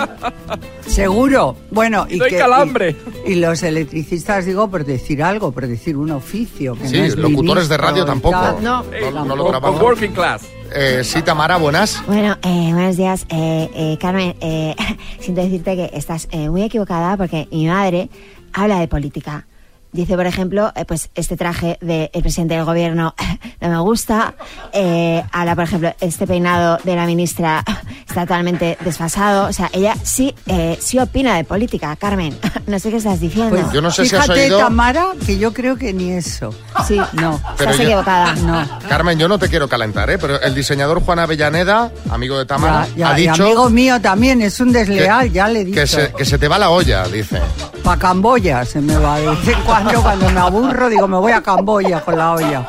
[SPEAKER 22] Seguro. Bueno, y
[SPEAKER 7] Doy
[SPEAKER 22] que
[SPEAKER 7] calambre.
[SPEAKER 22] Y, y los electricistas, digo, por decir algo, por decir un oficio. Que
[SPEAKER 3] Sí,
[SPEAKER 22] no es
[SPEAKER 3] locutores de radio
[SPEAKER 22] ministro y
[SPEAKER 3] tampoco.
[SPEAKER 22] tal.
[SPEAKER 3] No, no, no lo
[SPEAKER 7] Con
[SPEAKER 3] grabamos.
[SPEAKER 7] working class.
[SPEAKER 3] Eh, sí, Tamara, buenas.
[SPEAKER 23] Bueno, eh, buenos días. Eh, eh, Carmen, eh, siento decirte que estás eh, muy equivocada porque mi madre habla de política. Dice, por ejemplo, eh, pues este traje del presidente del gobierno no me gusta. Eh, habla, por ejemplo, este peinado de la ministra está totalmente desfasado. O sea, ella sí, eh, sí opina de política, Carmen. No sé qué estás diciendo.
[SPEAKER 22] Pues,
[SPEAKER 3] Yo no sé si has
[SPEAKER 22] fíjate,
[SPEAKER 3] oído-
[SPEAKER 22] Tamara, que yo creo que ni eso.
[SPEAKER 23] Sí,
[SPEAKER 22] no.
[SPEAKER 3] Pero
[SPEAKER 23] estás
[SPEAKER 3] yo-
[SPEAKER 23] equivocada.
[SPEAKER 22] No.
[SPEAKER 3] Carmen, yo no te quiero calentar, ¿eh? Pero el diseñador Juan Avellaneda, amigo de Tamara,
[SPEAKER 22] Ya, ya,
[SPEAKER 3] ha
[SPEAKER 22] y
[SPEAKER 3] dicho
[SPEAKER 22] amigo mío también, es un desleal, ya le he dicho.
[SPEAKER 3] que se, que se te va la olla, dice.
[SPEAKER 22] Pa' Camboya se me va de vez en cuando, cuando me aburro, digo, me voy a Camboya con la olla.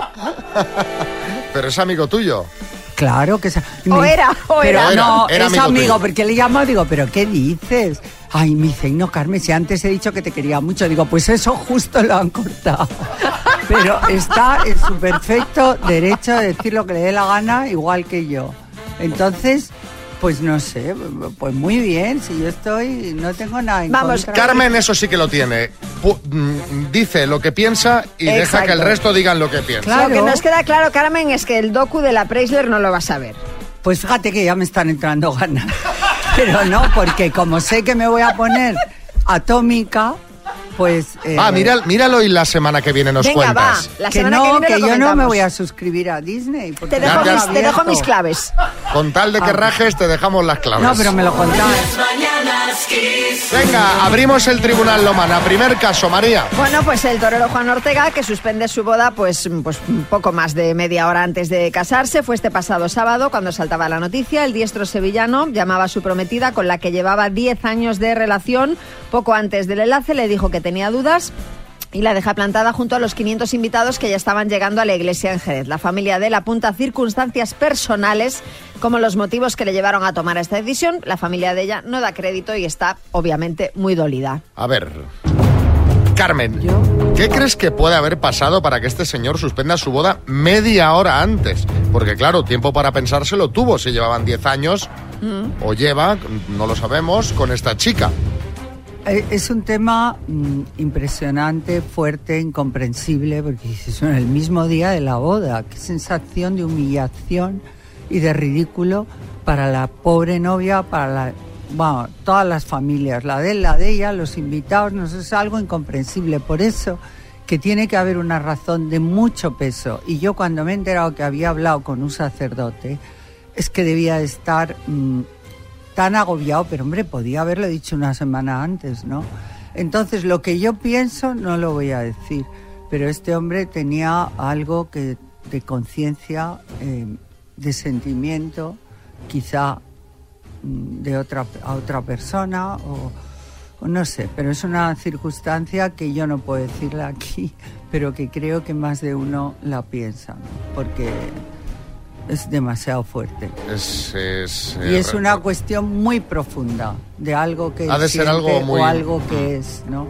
[SPEAKER 3] Pero es amigo tuyo.
[SPEAKER 22] Claro que se...
[SPEAKER 6] O era, o
[SPEAKER 22] pero
[SPEAKER 6] era.
[SPEAKER 22] no,
[SPEAKER 3] Era
[SPEAKER 22] es
[SPEAKER 3] amigo
[SPEAKER 22] amigo,
[SPEAKER 3] tuyo.
[SPEAKER 22] porque le llamo, digo, ¿pero qué dices? Ay, me dice, no, Carmen, si antes he dicho que te quería mucho. Digo, pues eso justo lo han cortado. pero está en su perfecto derecho de decir lo que le dé la gana, igual que yo. Entonces, pues no sé, pues muy bien, si yo estoy, no tengo nada en
[SPEAKER 3] Vamos,
[SPEAKER 22] contra.
[SPEAKER 3] Carmen eso sí que lo tiene. Pu- mm, dice lo que piensa y
[SPEAKER 6] Exacto.
[SPEAKER 3] deja que el resto digan lo que piensa.
[SPEAKER 22] Claro.
[SPEAKER 6] Lo que nos queda claro, Carmen, es que el docu de la Preisler no lo vas a ver.
[SPEAKER 22] Pues fíjate que ya me están entrando ganas. Pero no, porque como sé que me voy a poner atómica, pues... Eh,
[SPEAKER 3] Ah, mira, míralo y la semana que viene nos
[SPEAKER 6] Venga,
[SPEAKER 3] cuentas.
[SPEAKER 6] va. La
[SPEAKER 22] que
[SPEAKER 6] semana
[SPEAKER 22] no,
[SPEAKER 6] que viene
[SPEAKER 22] que
[SPEAKER 6] lo
[SPEAKER 22] yo no
[SPEAKER 6] comentamos.
[SPEAKER 22] me voy a suscribir a Disney. porque
[SPEAKER 6] Te dejo,
[SPEAKER 3] Ya, ya.
[SPEAKER 6] mis, te dejo
[SPEAKER 22] abierto.
[SPEAKER 6] mis claves.
[SPEAKER 3] Con tal de que
[SPEAKER 22] Ah.
[SPEAKER 3] rajes, te dejamos las claves.
[SPEAKER 22] No, pero me lo contáis.
[SPEAKER 1] Mañanas Kiss.
[SPEAKER 3] Venga, abrimos el Tribunal Lomana. Primer caso, María.
[SPEAKER 6] Bueno, pues el torero Juan Ortega, que suspende su boda pues, pues un poco más de media hora antes de casarse, fue este pasado sábado cuando saltaba la noticia. El diestro sevillano llamaba a su prometida, con la que llevaba diez años de relación. Poco antes del enlace le dijo que tenía dudas y la deja plantada junto a los quinientos invitados que ya estaban llegando a la iglesia en Jerez. La familia de él apunta circunstancias personales como los motivos que le llevaron a tomar esta decisión. La familia de ella no da crédito y está obviamente muy dolida.
[SPEAKER 3] A ver, Carmen, ¿qué crees que puede haber pasado para que este señor suspenda su boda media hora antes? Porque claro, tiempo para pensárselo tuvo, si llevaban diez años
[SPEAKER 22] Mm.
[SPEAKER 3] o lleva, no lo sabemos, con esta chica.
[SPEAKER 22] Eh, Es un tema mm, impresionante, fuerte, incomprensible, porque es en el mismo día de la boda. Qué sensación de humillación y de ridículo para la pobre novia, para la, bueno, todas las familias, la de él, la de ella, los invitados, no sé, es algo incomprensible. Por eso que tiene que haber una razón de mucho peso. Y yo cuando me he enterado que había hablado con un sacerdote, es que debía de estar... Mm, tan agobiado, pero hombre, podía haberlo dicho una semana antes, ¿no? Entonces, lo que yo pienso no lo voy a decir, pero este hombre tenía algo que de conciencia, eh, de sentimiento, quizá mm, de otra a otra persona o, o no sé, pero es una circunstancia que yo no puedo decirla aquí, pero que creo que más de uno la piensa, ¿no? Porque es demasiado fuerte.
[SPEAKER 3] Es, es,
[SPEAKER 22] Y
[SPEAKER 3] eh,
[SPEAKER 22] es una cuestión muy profunda de algo que
[SPEAKER 3] Ha de ser
[SPEAKER 22] siente
[SPEAKER 3] algo muy-
[SPEAKER 22] o algo que es, ¿no?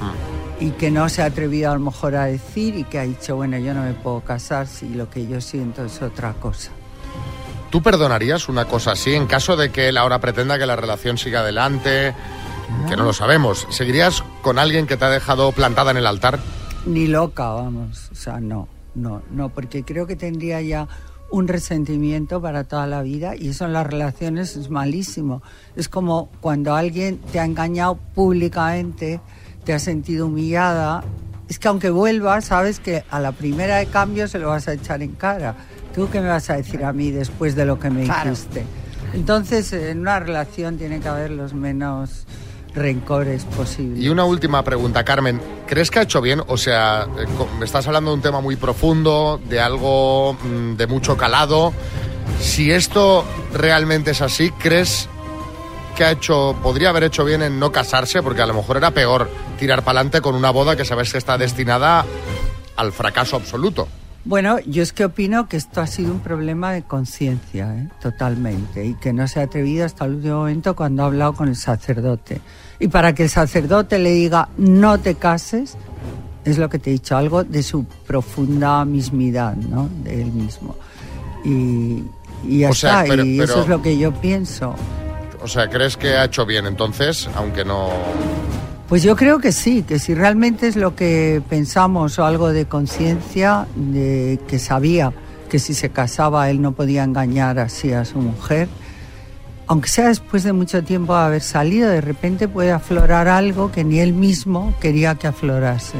[SPEAKER 22] Y que no se ha atrevido a lo mejor a decir y que ha dicho, bueno, yo no me puedo casar si lo que yo siento es otra cosa.
[SPEAKER 3] ¿Tú perdonarías una cosa así en caso de que él ahora pretenda que la relación siga adelante? Que no lo sabemos. ¿Seguirías con alguien que te ha dejado plantada en el altar?
[SPEAKER 22] Ni loca, vamos, o sea, no, no, no, porque creo que tendría ya un resentimiento para toda la vida y eso en las relaciones es malísimo. Es como cuando alguien te ha engañado públicamente, te has sentido humillada, es que aunque vuelvas, sabes que a la primera de cambio se lo vas a echar en cara. ¿Tú qué me vas a decir a mí después de lo que me
[SPEAKER 6] Claro.
[SPEAKER 22] dijiste? Entonces, en una relación tiene que haber los menos rencores posibles.
[SPEAKER 3] Y una última pregunta, Carmen. ¿Crees que ha hecho bien? O sea, eh, co- me estás hablando de un tema muy profundo, de algo mm, de mucho calado. Si esto realmente es así, ¿crees que ha hecho, podría haber hecho bien en no casarse? Porque a lo mejor era peor tirar para adelante con una boda que sabes que está destinada al fracaso absoluto.
[SPEAKER 22] Bueno, yo es que opino que esto ha sido un problema de conciencia, ¿eh? Totalmente, y que no se ha atrevido hasta el último momento cuando ha hablado con el sacerdote. Y para que el sacerdote le diga no te cases, es lo que te he dicho, algo de su profunda mismidad, ¿no? De él mismo. Y, y ya
[SPEAKER 3] O sea,
[SPEAKER 22] está,
[SPEAKER 3] pero-
[SPEAKER 22] y
[SPEAKER 3] pero-
[SPEAKER 22] eso es lo que yo pienso.
[SPEAKER 3] O sea, ¿crees que ha hecho bien entonces, aunque no...?
[SPEAKER 22] Pues yo creo que sí, que si realmente es lo que pensamos o algo de conciencia, de que sabía que si se casaba él no podía engañar así a su mujer, aunque sea después de mucho tiempo de haber salido, de repente puede aflorar algo que ni él mismo quería que aflorase.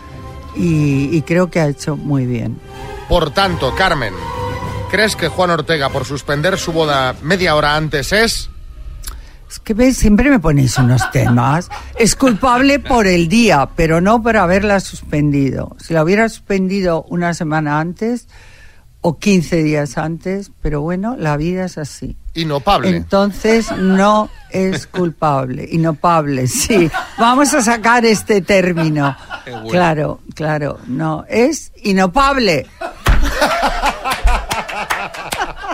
[SPEAKER 22] Y, y creo que ha hecho muy bien.
[SPEAKER 3] Por tanto, Carmen, ¿crees que Juan Ortega, por suspender su boda media hora antes, es...?
[SPEAKER 22] Es que ves, siempre me ponéis unos temas. Es culpable por el día, pero no por haberla suspendido. Si la hubiera suspendido una semana antes o quince días antes, pero bueno, la vida es así.
[SPEAKER 3] Inopable.
[SPEAKER 22] Entonces no es culpable. Inopable, sí. Vamos a sacar este término.
[SPEAKER 9] Qué bueno.
[SPEAKER 22] Claro, claro, no. Es inopable.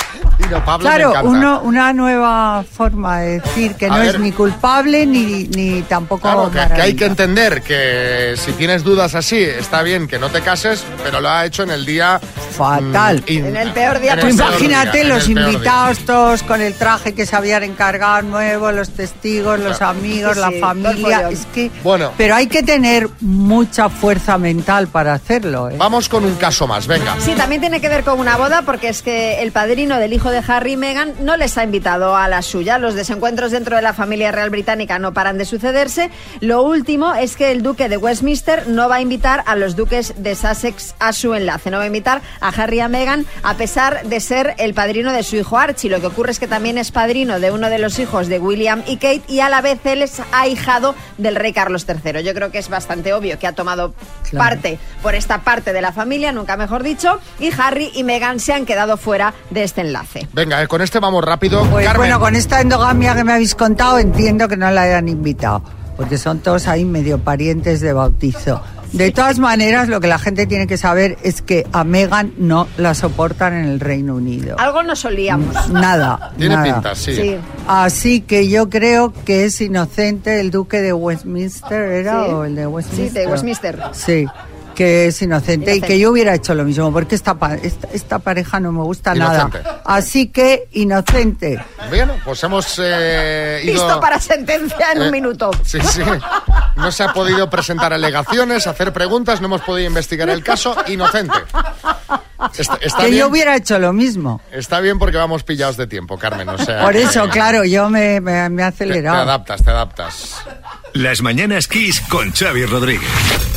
[SPEAKER 3] sino Pablo
[SPEAKER 22] Claro,
[SPEAKER 3] me encanta.
[SPEAKER 22] uno, una nueva forma de decir que
[SPEAKER 3] A
[SPEAKER 22] no
[SPEAKER 3] ver.
[SPEAKER 22] es ni culpable ni, ni tampoco
[SPEAKER 3] Claro, que, que hay
[SPEAKER 22] maravilla.
[SPEAKER 3] que entender que si tienes dudas así, está bien que no te cases, pero lo ha hecho en el día...
[SPEAKER 22] Fatal.
[SPEAKER 3] mm, in-
[SPEAKER 6] En el peor día
[SPEAKER 3] en
[SPEAKER 22] Tú
[SPEAKER 3] el peor
[SPEAKER 22] imagínate
[SPEAKER 3] día, en
[SPEAKER 22] los
[SPEAKER 3] el peor
[SPEAKER 22] invitados todos con el traje que se habían encargado nuevo, los testigos, los amigos,
[SPEAKER 6] Sí,
[SPEAKER 22] la
[SPEAKER 6] sí,
[SPEAKER 22] familia.
[SPEAKER 6] todo el
[SPEAKER 22] Es que,
[SPEAKER 3] Bueno.
[SPEAKER 22] pero hay que tener mucha fuerza mental para hacerlo. ¿eh?
[SPEAKER 3] Vamos con un caso más, venga.
[SPEAKER 6] Sí, también tiene que ver con una boda porque es que el padrino del hijo de Harry y Meghan no les ha invitado a la suya. Los desencuentros dentro de la familia real británica no paran de sucederse. Lo último es que el duque de Westminster no va a invitar a los duques de Sussex a su enlace. No va a invitar a Harry y a Meghan a pesar de ser el padrino de su hijo Archie. Lo que ocurre es que también es padrino de uno de los hijos de William y Kate y a la vez él es ahijado del rey Carlos tercero. Yo creo que es bastante obvio que ha tomado
[SPEAKER 22] Claro.
[SPEAKER 6] parte por esta parte de la familia, nunca mejor dicho, y Harry y Meghan se han quedado fuera de este enlace.
[SPEAKER 3] Venga, eh, con este vamos rápido.
[SPEAKER 22] Pues
[SPEAKER 3] Carmen.
[SPEAKER 22] bueno, con esta endogamia que me habéis contado entiendo que no la hayan invitado, porque son todos ahí medio parientes de bautizo. De todas maneras, lo que la gente tiene que saber es que a Meghan no la soportan en el Reino Unido.
[SPEAKER 6] Algo nos olíamos.
[SPEAKER 22] Nada.
[SPEAKER 3] Tiene
[SPEAKER 22] nada.
[SPEAKER 3] pinta, sí.
[SPEAKER 6] Sí.
[SPEAKER 22] Así que yo creo que es inocente el duque de Westminster, ¿era?
[SPEAKER 6] Sí.
[SPEAKER 22] ¿O el de
[SPEAKER 6] Sí,
[SPEAKER 22] Westminster?
[SPEAKER 6] de Westminster.
[SPEAKER 22] Sí, que es inocente,
[SPEAKER 6] Inocente.
[SPEAKER 22] y que yo hubiera hecho lo mismo, porque esta, pa- esta, esta pareja no me gusta
[SPEAKER 3] Inocente.
[SPEAKER 22] nada. Así que, inocente.
[SPEAKER 3] Bueno, pues hemos eh, ido...
[SPEAKER 6] Listo para sentencia en
[SPEAKER 3] Eh,
[SPEAKER 6] un minuto.
[SPEAKER 3] Sí, sí. No se ha podido presentar alegaciones, hacer preguntas, no hemos podido investigar el caso. Inocente. Está, está
[SPEAKER 22] Que
[SPEAKER 3] bien,
[SPEAKER 22] yo hubiera hecho lo mismo.
[SPEAKER 3] está bien porque vamos pillados de tiempo, Carmen. O sea,
[SPEAKER 22] Por
[SPEAKER 3] que-
[SPEAKER 22] eso, claro, yo me, me, me he
[SPEAKER 3] Te, te
[SPEAKER 22] acelerado.
[SPEAKER 3] adaptas, te adaptas.
[SPEAKER 2] Las Mañanas Kiss con Xavi Rodríguez.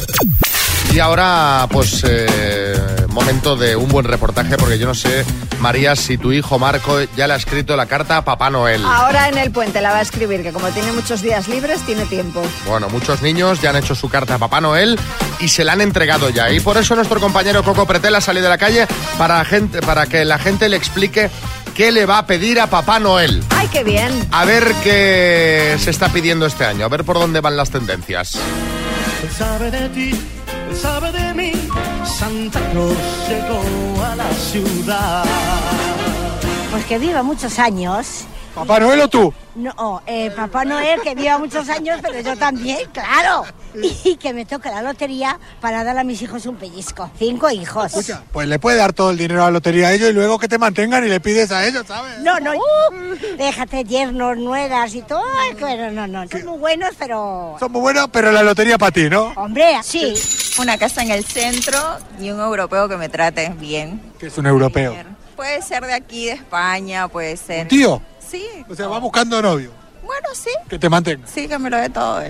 [SPEAKER 3] Y ahora, pues, eh, momento de un buen reportaje, porque yo no sé, María, si tu hijo Marco ya le ha escrito la carta a Papá Noel.
[SPEAKER 6] Ahora en el puente la va a escribir, que como tiene muchos días libres, tiene tiempo.
[SPEAKER 3] Bueno, muchos niños ya han hecho su carta a Papá Noel y se la han entregado ya. Y por eso nuestro compañero Coco Pretel ha salido de la calle para, gente, para que la gente le explique qué le va a pedir a Papá Noel.
[SPEAKER 6] ¡Ay, qué bien!
[SPEAKER 3] A ver qué se está pidiendo este año, a ver por dónde van las tendencias.
[SPEAKER 1] Él sabe de ti, él sabe de mí. Santa Claus llegó a la ciudad.
[SPEAKER 4] Pues que viva muchos años.
[SPEAKER 3] ¿Papá Noel o tú?
[SPEAKER 4] No, eh, Papá Noel, que viva muchos años, pero yo también, claro. Y que me toque la lotería para darle a mis hijos un pellizco. Cinco hijos.
[SPEAKER 5] Escucha, pues le puede dar todo el dinero a la lotería a ellos y luego que te mantengan y le pides a ellos, ¿sabes?
[SPEAKER 4] No, no, uh, déjate yernos, nueras y todo. Ay, bueno, no, no, son muy buenos, pero...
[SPEAKER 5] Son muy buenos, pero la lotería para ti, ¿no?
[SPEAKER 4] Hombre, sí.
[SPEAKER 8] Una casa en el centro y un europeo que me trate bien.
[SPEAKER 5] Que es un europeo.
[SPEAKER 8] Puede ser de aquí, de España, puede ser...
[SPEAKER 5] ¿Tío?
[SPEAKER 8] Sí.
[SPEAKER 5] O sea, va buscando novio.
[SPEAKER 8] Bueno, sí.
[SPEAKER 5] Que te mantenga.
[SPEAKER 8] Sí, que me lo dé todo él.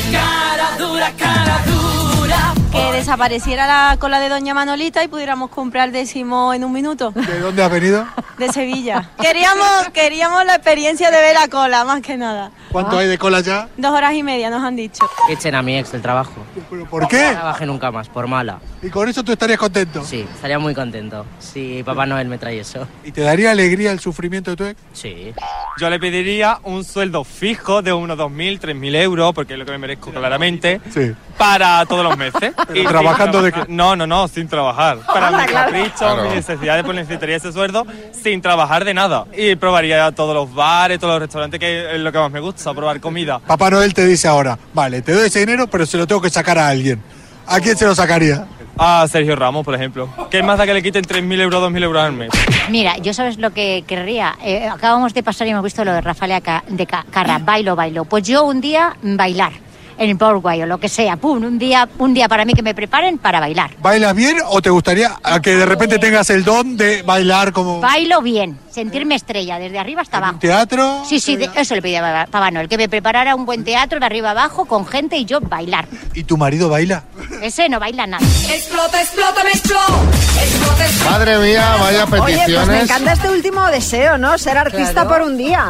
[SPEAKER 1] Cara dura, cara dura.
[SPEAKER 24] Que desapareciera la cola de Doña Manolita y pudiéramos comprar el décimo en un minuto.
[SPEAKER 5] ¿De dónde has venido?
[SPEAKER 24] De Sevilla. Queríamos, queríamos la experiencia de ver la cola, más que nada.
[SPEAKER 5] ¿Cuánto hay de cola ya?
[SPEAKER 24] Dos horas y media nos han dicho.
[SPEAKER 25] Echen a mi ex del trabajo.
[SPEAKER 5] ¿Pero por qué?
[SPEAKER 25] No trabajé nunca más, por mala.
[SPEAKER 5] ¿Y con eso tú estarías contento?
[SPEAKER 25] Sí, estaría muy contento. Si Papá Noel me trae eso.
[SPEAKER 5] ¿Y te daría alegría el sufrimiento de tu ex?
[SPEAKER 25] Sí.
[SPEAKER 26] Yo le pediría un sueldo fijo de unos dos mil, tres mil euros, porque es lo que me merezco claramente,
[SPEAKER 5] Sí.
[SPEAKER 26] para todos los meses.
[SPEAKER 5] Pero ¿trabajando de qué?
[SPEAKER 26] No, no, no, sin trabajar. Para
[SPEAKER 5] Anda,
[SPEAKER 26] mis
[SPEAKER 5] claro.
[SPEAKER 26] caprichos,
[SPEAKER 5] Claro.
[SPEAKER 26] mis necesidades, pues necesitaría ese sueldo sin trabajar de nada. Y probaría todos los bares, todos los restaurantes, que es lo que más me gusta, probar comida.
[SPEAKER 5] Papá Noel te dice ahora, vale, te doy ese dinero, pero se lo tengo que sacar a alguien. ¿A quién se lo sacaría?
[SPEAKER 26] A Sergio Ramos, por ejemplo. ¿Qué más da que le quiten tres mil euros, dos mil euros al mes?
[SPEAKER 4] Mira, yo sabes lo que querría. Eh, acabamos de pasar y hemos visto lo de Rafael Ca- de Ca- Carra, bailo, bailo. Pues yo un día mm, bailar en el Broadway o lo que sea. Pum, un día, un día para mí que me preparen para bailar.
[SPEAKER 5] ¿Bailas bien o te gustaría a que de repente tengas el don de bailar como
[SPEAKER 4] Bailo bien, sentirme estrella desde arriba hasta abajo.
[SPEAKER 5] teatro?
[SPEAKER 4] Sí, sí, de- eso le pedía a Papá Noel, que me preparara un buen teatro de arriba abajo con gente y yo bailar.
[SPEAKER 5] ¿Y tu marido baila?
[SPEAKER 4] Ese no baila nada.
[SPEAKER 1] Explota, explota, me explota. Explota, explota.
[SPEAKER 3] Madre mía, vaya
[SPEAKER 6] Oye, pues me
[SPEAKER 3] peticiones.
[SPEAKER 6] encanta este último deseo, ¿no? Ser artista
[SPEAKER 22] Claro.
[SPEAKER 6] por un día.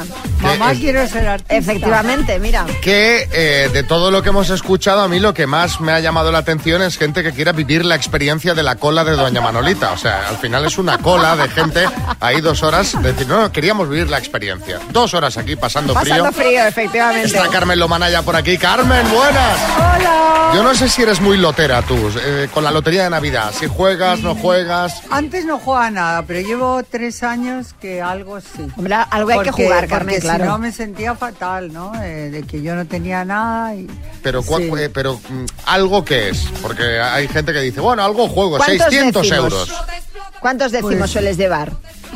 [SPEAKER 22] Mamá,
[SPEAKER 3] es-
[SPEAKER 22] quiero ser artista.
[SPEAKER 6] Efectivamente, mira.
[SPEAKER 3] Que eh, de todo lo que hemos escuchado, a mí lo que más me ha llamado la atención es gente que quiera vivir la experiencia de la cola de Doña Manolita. O sea, al final es una cola de gente ahí dos horas. De decir, no, no, queríamos vivir la experiencia. Dos horas aquí pasando,
[SPEAKER 6] Pasando
[SPEAKER 3] frío.
[SPEAKER 6] frío, efectivamente.
[SPEAKER 3] Está Carmen Lomanaya por aquí. Carmen, buenas.
[SPEAKER 6] Hola.
[SPEAKER 3] Yo no sé si eres muy lotera tú, eh, con la lotería de Navidad. Si juegas, no juegas.
[SPEAKER 22] Antes no jugaba nada, pero llevo tres años que algo sí.
[SPEAKER 6] Hombre, algo hay que
[SPEAKER 22] Porque-
[SPEAKER 6] jugar, Carmen,
[SPEAKER 22] porque
[SPEAKER 6] claro.
[SPEAKER 22] si no me sentía fatal, ¿no? Eh, de que yo no tenía nada y...
[SPEAKER 3] Pero, cua-
[SPEAKER 22] Sí.
[SPEAKER 3] eh, pero mm, ¿algo qué es? Porque hay gente que dice, bueno, algo juego,
[SPEAKER 6] ¿Cuántos
[SPEAKER 3] seiscientos
[SPEAKER 6] décimos?
[SPEAKER 3] euros.
[SPEAKER 6] ¿Cuántos décimos
[SPEAKER 22] Pues-
[SPEAKER 6] sueles llevar?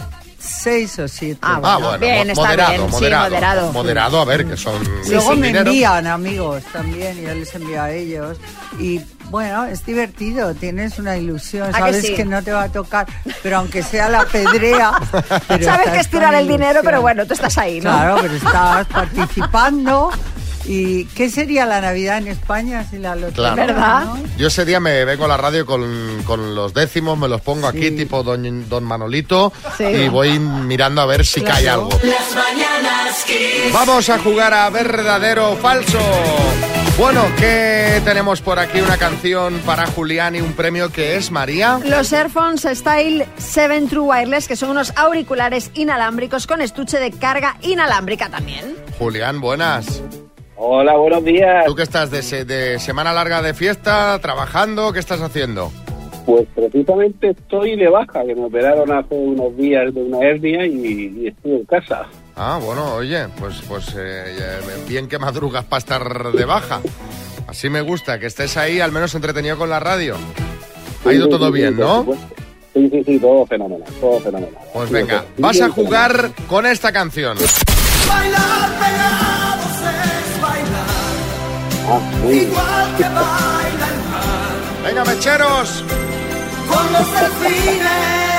[SPEAKER 22] Seis o siete.
[SPEAKER 6] Ah,
[SPEAKER 3] Ah,
[SPEAKER 6] bueno,
[SPEAKER 3] bueno,
[SPEAKER 6] bien,
[SPEAKER 3] mo-
[SPEAKER 6] está
[SPEAKER 3] moderado,
[SPEAKER 6] bien, sí,
[SPEAKER 3] moderado,
[SPEAKER 6] moderado.
[SPEAKER 3] Moderado, a ver, que son...
[SPEAKER 22] Luego
[SPEAKER 3] son
[SPEAKER 22] me
[SPEAKER 3] dinero.
[SPEAKER 22] envían amigos también, y yo les envío a ellos. Y bueno, es divertido, tienes una ilusión,
[SPEAKER 6] ¿A que
[SPEAKER 22] sabes
[SPEAKER 6] sí?
[SPEAKER 22] que no te va a tocar, pero aunque sea la pedrea... pero
[SPEAKER 6] Sabes
[SPEAKER 22] estás
[SPEAKER 6] que es tirar
[SPEAKER 22] con
[SPEAKER 6] el dinero,
[SPEAKER 22] ilusión.
[SPEAKER 6] pero bueno, tú estás ahí, ¿no?
[SPEAKER 22] Claro, pero estás participando. ¿Y qué sería la Navidad en España si la lotería?
[SPEAKER 3] Claro.
[SPEAKER 22] ¿no?
[SPEAKER 3] Yo ese día me vengo a la radio con, con los décimos, me los pongo aquí tipo don, don Manolito
[SPEAKER 6] Sí.
[SPEAKER 3] y voy mirando a ver si
[SPEAKER 6] Claro.
[SPEAKER 3] cae algo.
[SPEAKER 1] Las mañanas Kiss.
[SPEAKER 3] Vamos a jugar a verdadero o falso. Bueno, ¿qué tenemos por aquí? Una canción para Julián y un premio que es María.
[SPEAKER 6] Los Airphones Style siete True Wireless, que son unos auriculares inalámbricos con estuche de carga inalámbrica también.
[SPEAKER 3] Julián, buenas.
[SPEAKER 10] Hola, buenos días.
[SPEAKER 3] ¿Tú qué estás de, se- de semana larga de fiesta, trabajando? ¿Qué estás haciendo?
[SPEAKER 10] Pues precisamente estoy de baja, que me operaron hace unos días de una hernia y, y estoy en casa.
[SPEAKER 3] Ah, bueno, oye, pues, pues eh, eh, bien que madrugas para estar de baja. Así me gusta, que estés ahí al menos entretenido con la radio. Ha ido
[SPEAKER 10] Sí,
[SPEAKER 3] todo
[SPEAKER 10] sí,
[SPEAKER 3] bien,
[SPEAKER 10] sí, por
[SPEAKER 3] ¿no?
[SPEAKER 10] supuesto. Sí, sí, sí, todo fenomenal, todo fenomenal.
[SPEAKER 3] Pues
[SPEAKER 10] Sí,
[SPEAKER 3] venga,
[SPEAKER 10] sí,
[SPEAKER 3] vas
[SPEAKER 10] sí,
[SPEAKER 3] a
[SPEAKER 10] sí,
[SPEAKER 3] jugar con esta canción.
[SPEAKER 1] Bailar pegados es bailar.
[SPEAKER 10] Ah, muy bien.
[SPEAKER 1] Igual que baila el mar.
[SPEAKER 3] Venga, mecheros.
[SPEAKER 1] Con los delfines.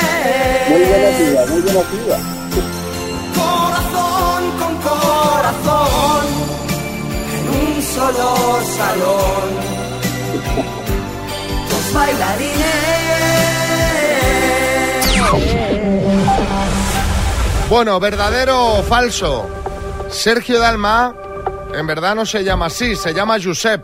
[SPEAKER 10] Muy buena tía, muy buena tía.
[SPEAKER 1] Corazón con corazón. En un solo salón. Dos bailarines.
[SPEAKER 3] Bueno, ¿verdadero o falso? Sergio Dalma, en verdad no se llama así, se llama Josep.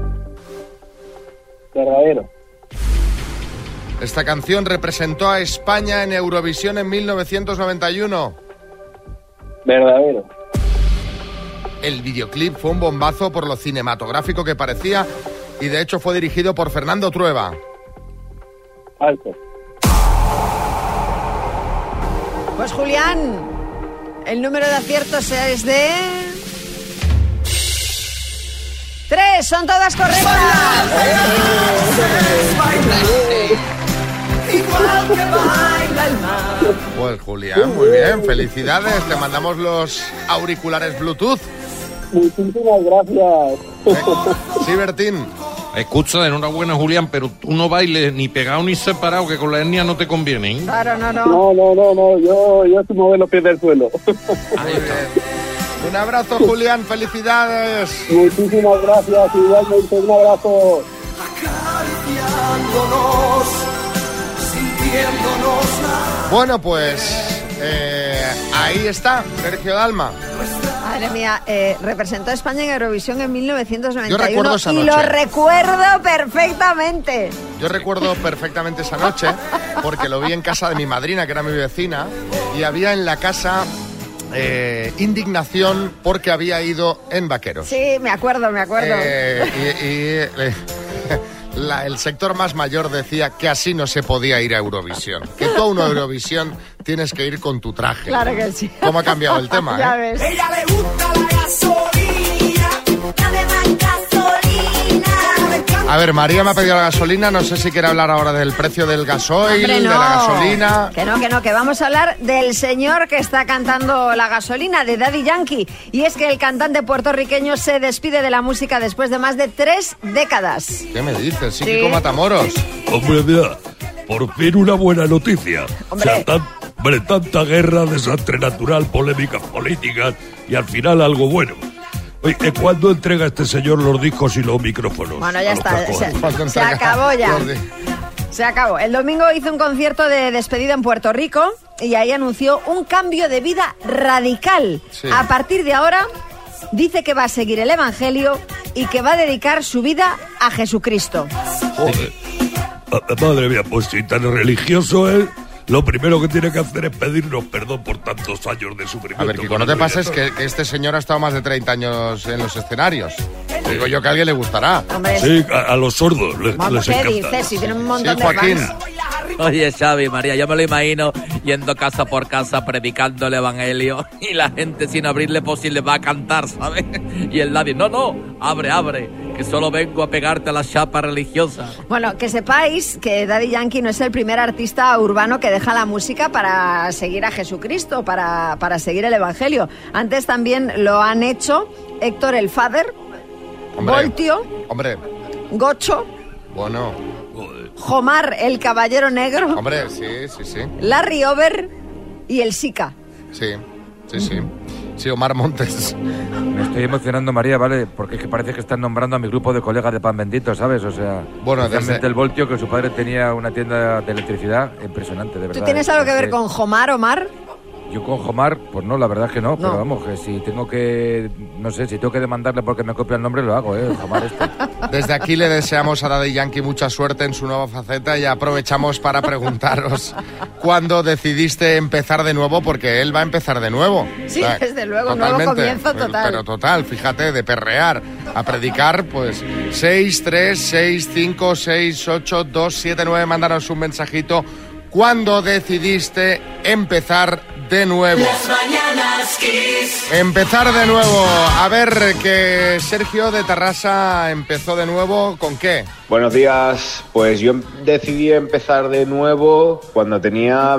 [SPEAKER 10] Verdadero.
[SPEAKER 3] Esta canción representó a España en Eurovisión en mil novecientos noventa y uno.
[SPEAKER 10] Verdadero.
[SPEAKER 3] El videoclip fue un bombazo por lo cinematográfico que parecía y de hecho fue dirigido por Fernando Trueba.
[SPEAKER 10] Falso.
[SPEAKER 6] Pues Julián, el número de aciertos es de... Tres, son todas correctas.
[SPEAKER 1] Igual que baila el mar.
[SPEAKER 3] Pues Julián, muy bien, felicidades, te mandamos los auriculares Bluetooth.
[SPEAKER 10] Muchísimas gracias.
[SPEAKER 3] Sí, Bertín.
[SPEAKER 9] Escucha, enhorabuena, Julián, pero tú no bailes ni pegado ni separado, que con la hernia no te conviene, ¿eh?
[SPEAKER 6] Claro, no, no.
[SPEAKER 10] No, no, no, no, yo, yo estoy mover los pies del suelo.
[SPEAKER 3] Muy bien. Un abrazo, Julián, felicidades.
[SPEAKER 10] Muchísimas gracias, igualmente un abrazo.
[SPEAKER 1] Acariciándonos, sintiéndonos la...
[SPEAKER 3] Bueno, pues eh, ahí está, Sergio Dalma.
[SPEAKER 6] Madre mía, eh, representó a España en Eurovisión en mil novecientos noventa y uno
[SPEAKER 3] Yo recuerdo esa
[SPEAKER 6] y
[SPEAKER 3] noche.
[SPEAKER 6] lo recuerdo perfectamente.
[SPEAKER 3] Yo recuerdo perfectamente esa noche porque lo vi en casa de mi madrina, que era mi vecina, y había en la casa eh, indignación porque había ido en vaqueros.
[SPEAKER 6] Sí, me acuerdo, me acuerdo.
[SPEAKER 3] Eh, y y, eh, la- el sector más mayor decía que así no se podía ir a Eurovisión. Que tú a una Eurovisión tienes que ir con tu traje.
[SPEAKER 6] Claro que sí.
[SPEAKER 3] ¿Cómo ha cambiado el tema?
[SPEAKER 6] Ya
[SPEAKER 3] eh?
[SPEAKER 6] ves.
[SPEAKER 1] Ella le gusta la gasolina. Dame más gasolina.
[SPEAKER 3] A ver, María me ha pedido la gasolina. No sé si quiere hablar ahora del precio del gasoil,
[SPEAKER 6] Hombre,
[SPEAKER 3] de
[SPEAKER 6] no.
[SPEAKER 3] la gasolina.
[SPEAKER 6] Que no, que no, que vamos a hablar del señor que está cantando la gasolina, de Daddy Yankee. Y es que el cantante puertorriqueño se despide de la música después de más de tres décadas.
[SPEAKER 3] ¿Qué me dices? Psíquico
[SPEAKER 6] Sí.
[SPEAKER 3] Matamoros.
[SPEAKER 20] Hombre, mira, por fin una buena noticia.
[SPEAKER 6] Hombre.
[SPEAKER 20] O sea, tan- hombre, tanta guerra, desastre natural, polémicas políticas y al final algo bueno. Oye, ¿eh, ¿cuándo entrega este señor los discos y los micrófonos?
[SPEAKER 6] Bueno, ya
[SPEAKER 20] a los
[SPEAKER 6] está,
[SPEAKER 20] cajones?
[SPEAKER 6] se, se acabó ya. Se acabó. El domingo hizo un concierto de despedida en Puerto Rico y ahí anunció un cambio de vida radical.
[SPEAKER 3] Sí.
[SPEAKER 6] A partir de ahora dice que va a seguir el Evangelio y que va a dedicar su vida a Jesucristo.
[SPEAKER 20] Joder. Madre mía, pues si tan religioso es, lo primero que tiene que hacer es pedirnos perdón por tantos años de sufrimiento.
[SPEAKER 3] A ver, Kiko, no te pases que, que este señor ha estado más de treinta años en los escenarios. Digo yo que a alguien le gustará.
[SPEAKER 6] Hombre,
[SPEAKER 20] sí, a, a los sordos les,
[SPEAKER 6] Vamos,
[SPEAKER 20] les
[SPEAKER 6] ¿qué
[SPEAKER 20] encanta.
[SPEAKER 6] dices? Si tiene un montón
[SPEAKER 3] Sí, Joaquín.
[SPEAKER 6] de fans.
[SPEAKER 21] Oye, Xavi, María, yo me lo imagino yendo casa por casa predicando el evangelio y la gente sin abrirle posible va a cantar, ¿sabes? Y el nadie, no, no, abre, abre, que solo vengo a pegarte a la chapa religiosa.
[SPEAKER 6] Bueno, que sepáis que Daddy Yankee no es el primer artista urbano que deja la música para seguir a Jesucristo, para, para seguir el Evangelio. Antes también lo han hecho Héctor el Father,
[SPEAKER 3] Hombre,
[SPEAKER 6] Voltio,
[SPEAKER 3] Hombre,
[SPEAKER 6] Gocho,
[SPEAKER 3] bueno.
[SPEAKER 6] Jomar el Caballero Negro,
[SPEAKER 3] Hombre, sí, sí, sí.
[SPEAKER 6] Larry Over y el Sica.
[SPEAKER 3] Sí, sí, sí. Sí, Omar Montes.
[SPEAKER 7] Me estoy emocionando, María, ¿vale? Porque es que parece que están nombrando a mi grupo de colegas de Pan Bendito, ¿sabes? O sea,
[SPEAKER 3] Bueno,
[SPEAKER 7] especialmente
[SPEAKER 3] desde-
[SPEAKER 7] el Voltio, que su padre tenía una tienda de electricidad impresionante, de verdad.
[SPEAKER 6] ¿Tú tienes
[SPEAKER 7] ¿eh?
[SPEAKER 6] algo que ver
[SPEAKER 7] Porque
[SPEAKER 6] con Jomar, Omar?
[SPEAKER 7] Yo con Jomar, pues no, la verdad es que no,
[SPEAKER 6] No.
[SPEAKER 7] pero vamos, que si tengo que, no sé, si tengo que demandarle porque me copia el nombre, lo hago, ¿eh? Jomar este.
[SPEAKER 3] Desde aquí le deseamos a Daddy Yankee mucha suerte en su nueva faceta y aprovechamos para preguntaros cuándo decidiste empezar de nuevo, porque él va a empezar de nuevo.
[SPEAKER 6] Sí, desde luego, nuevo
[SPEAKER 3] totalmente.
[SPEAKER 6] comienzo total.
[SPEAKER 3] Pero total, fíjate, de perrear a predicar, pues seis tres seis cinco seis ocho dos siete nueve, mándanos un mensajito. ¿Cuándo decidiste empezar de nuevo?
[SPEAKER 1] Las mañanas Kiss.
[SPEAKER 3] Empezar de nuevo. A ver, que Sergio de Tarrasa empezó de nuevo, ¿con qué?
[SPEAKER 11] Buenos días, pues yo decidí empezar de nuevo cuando tenía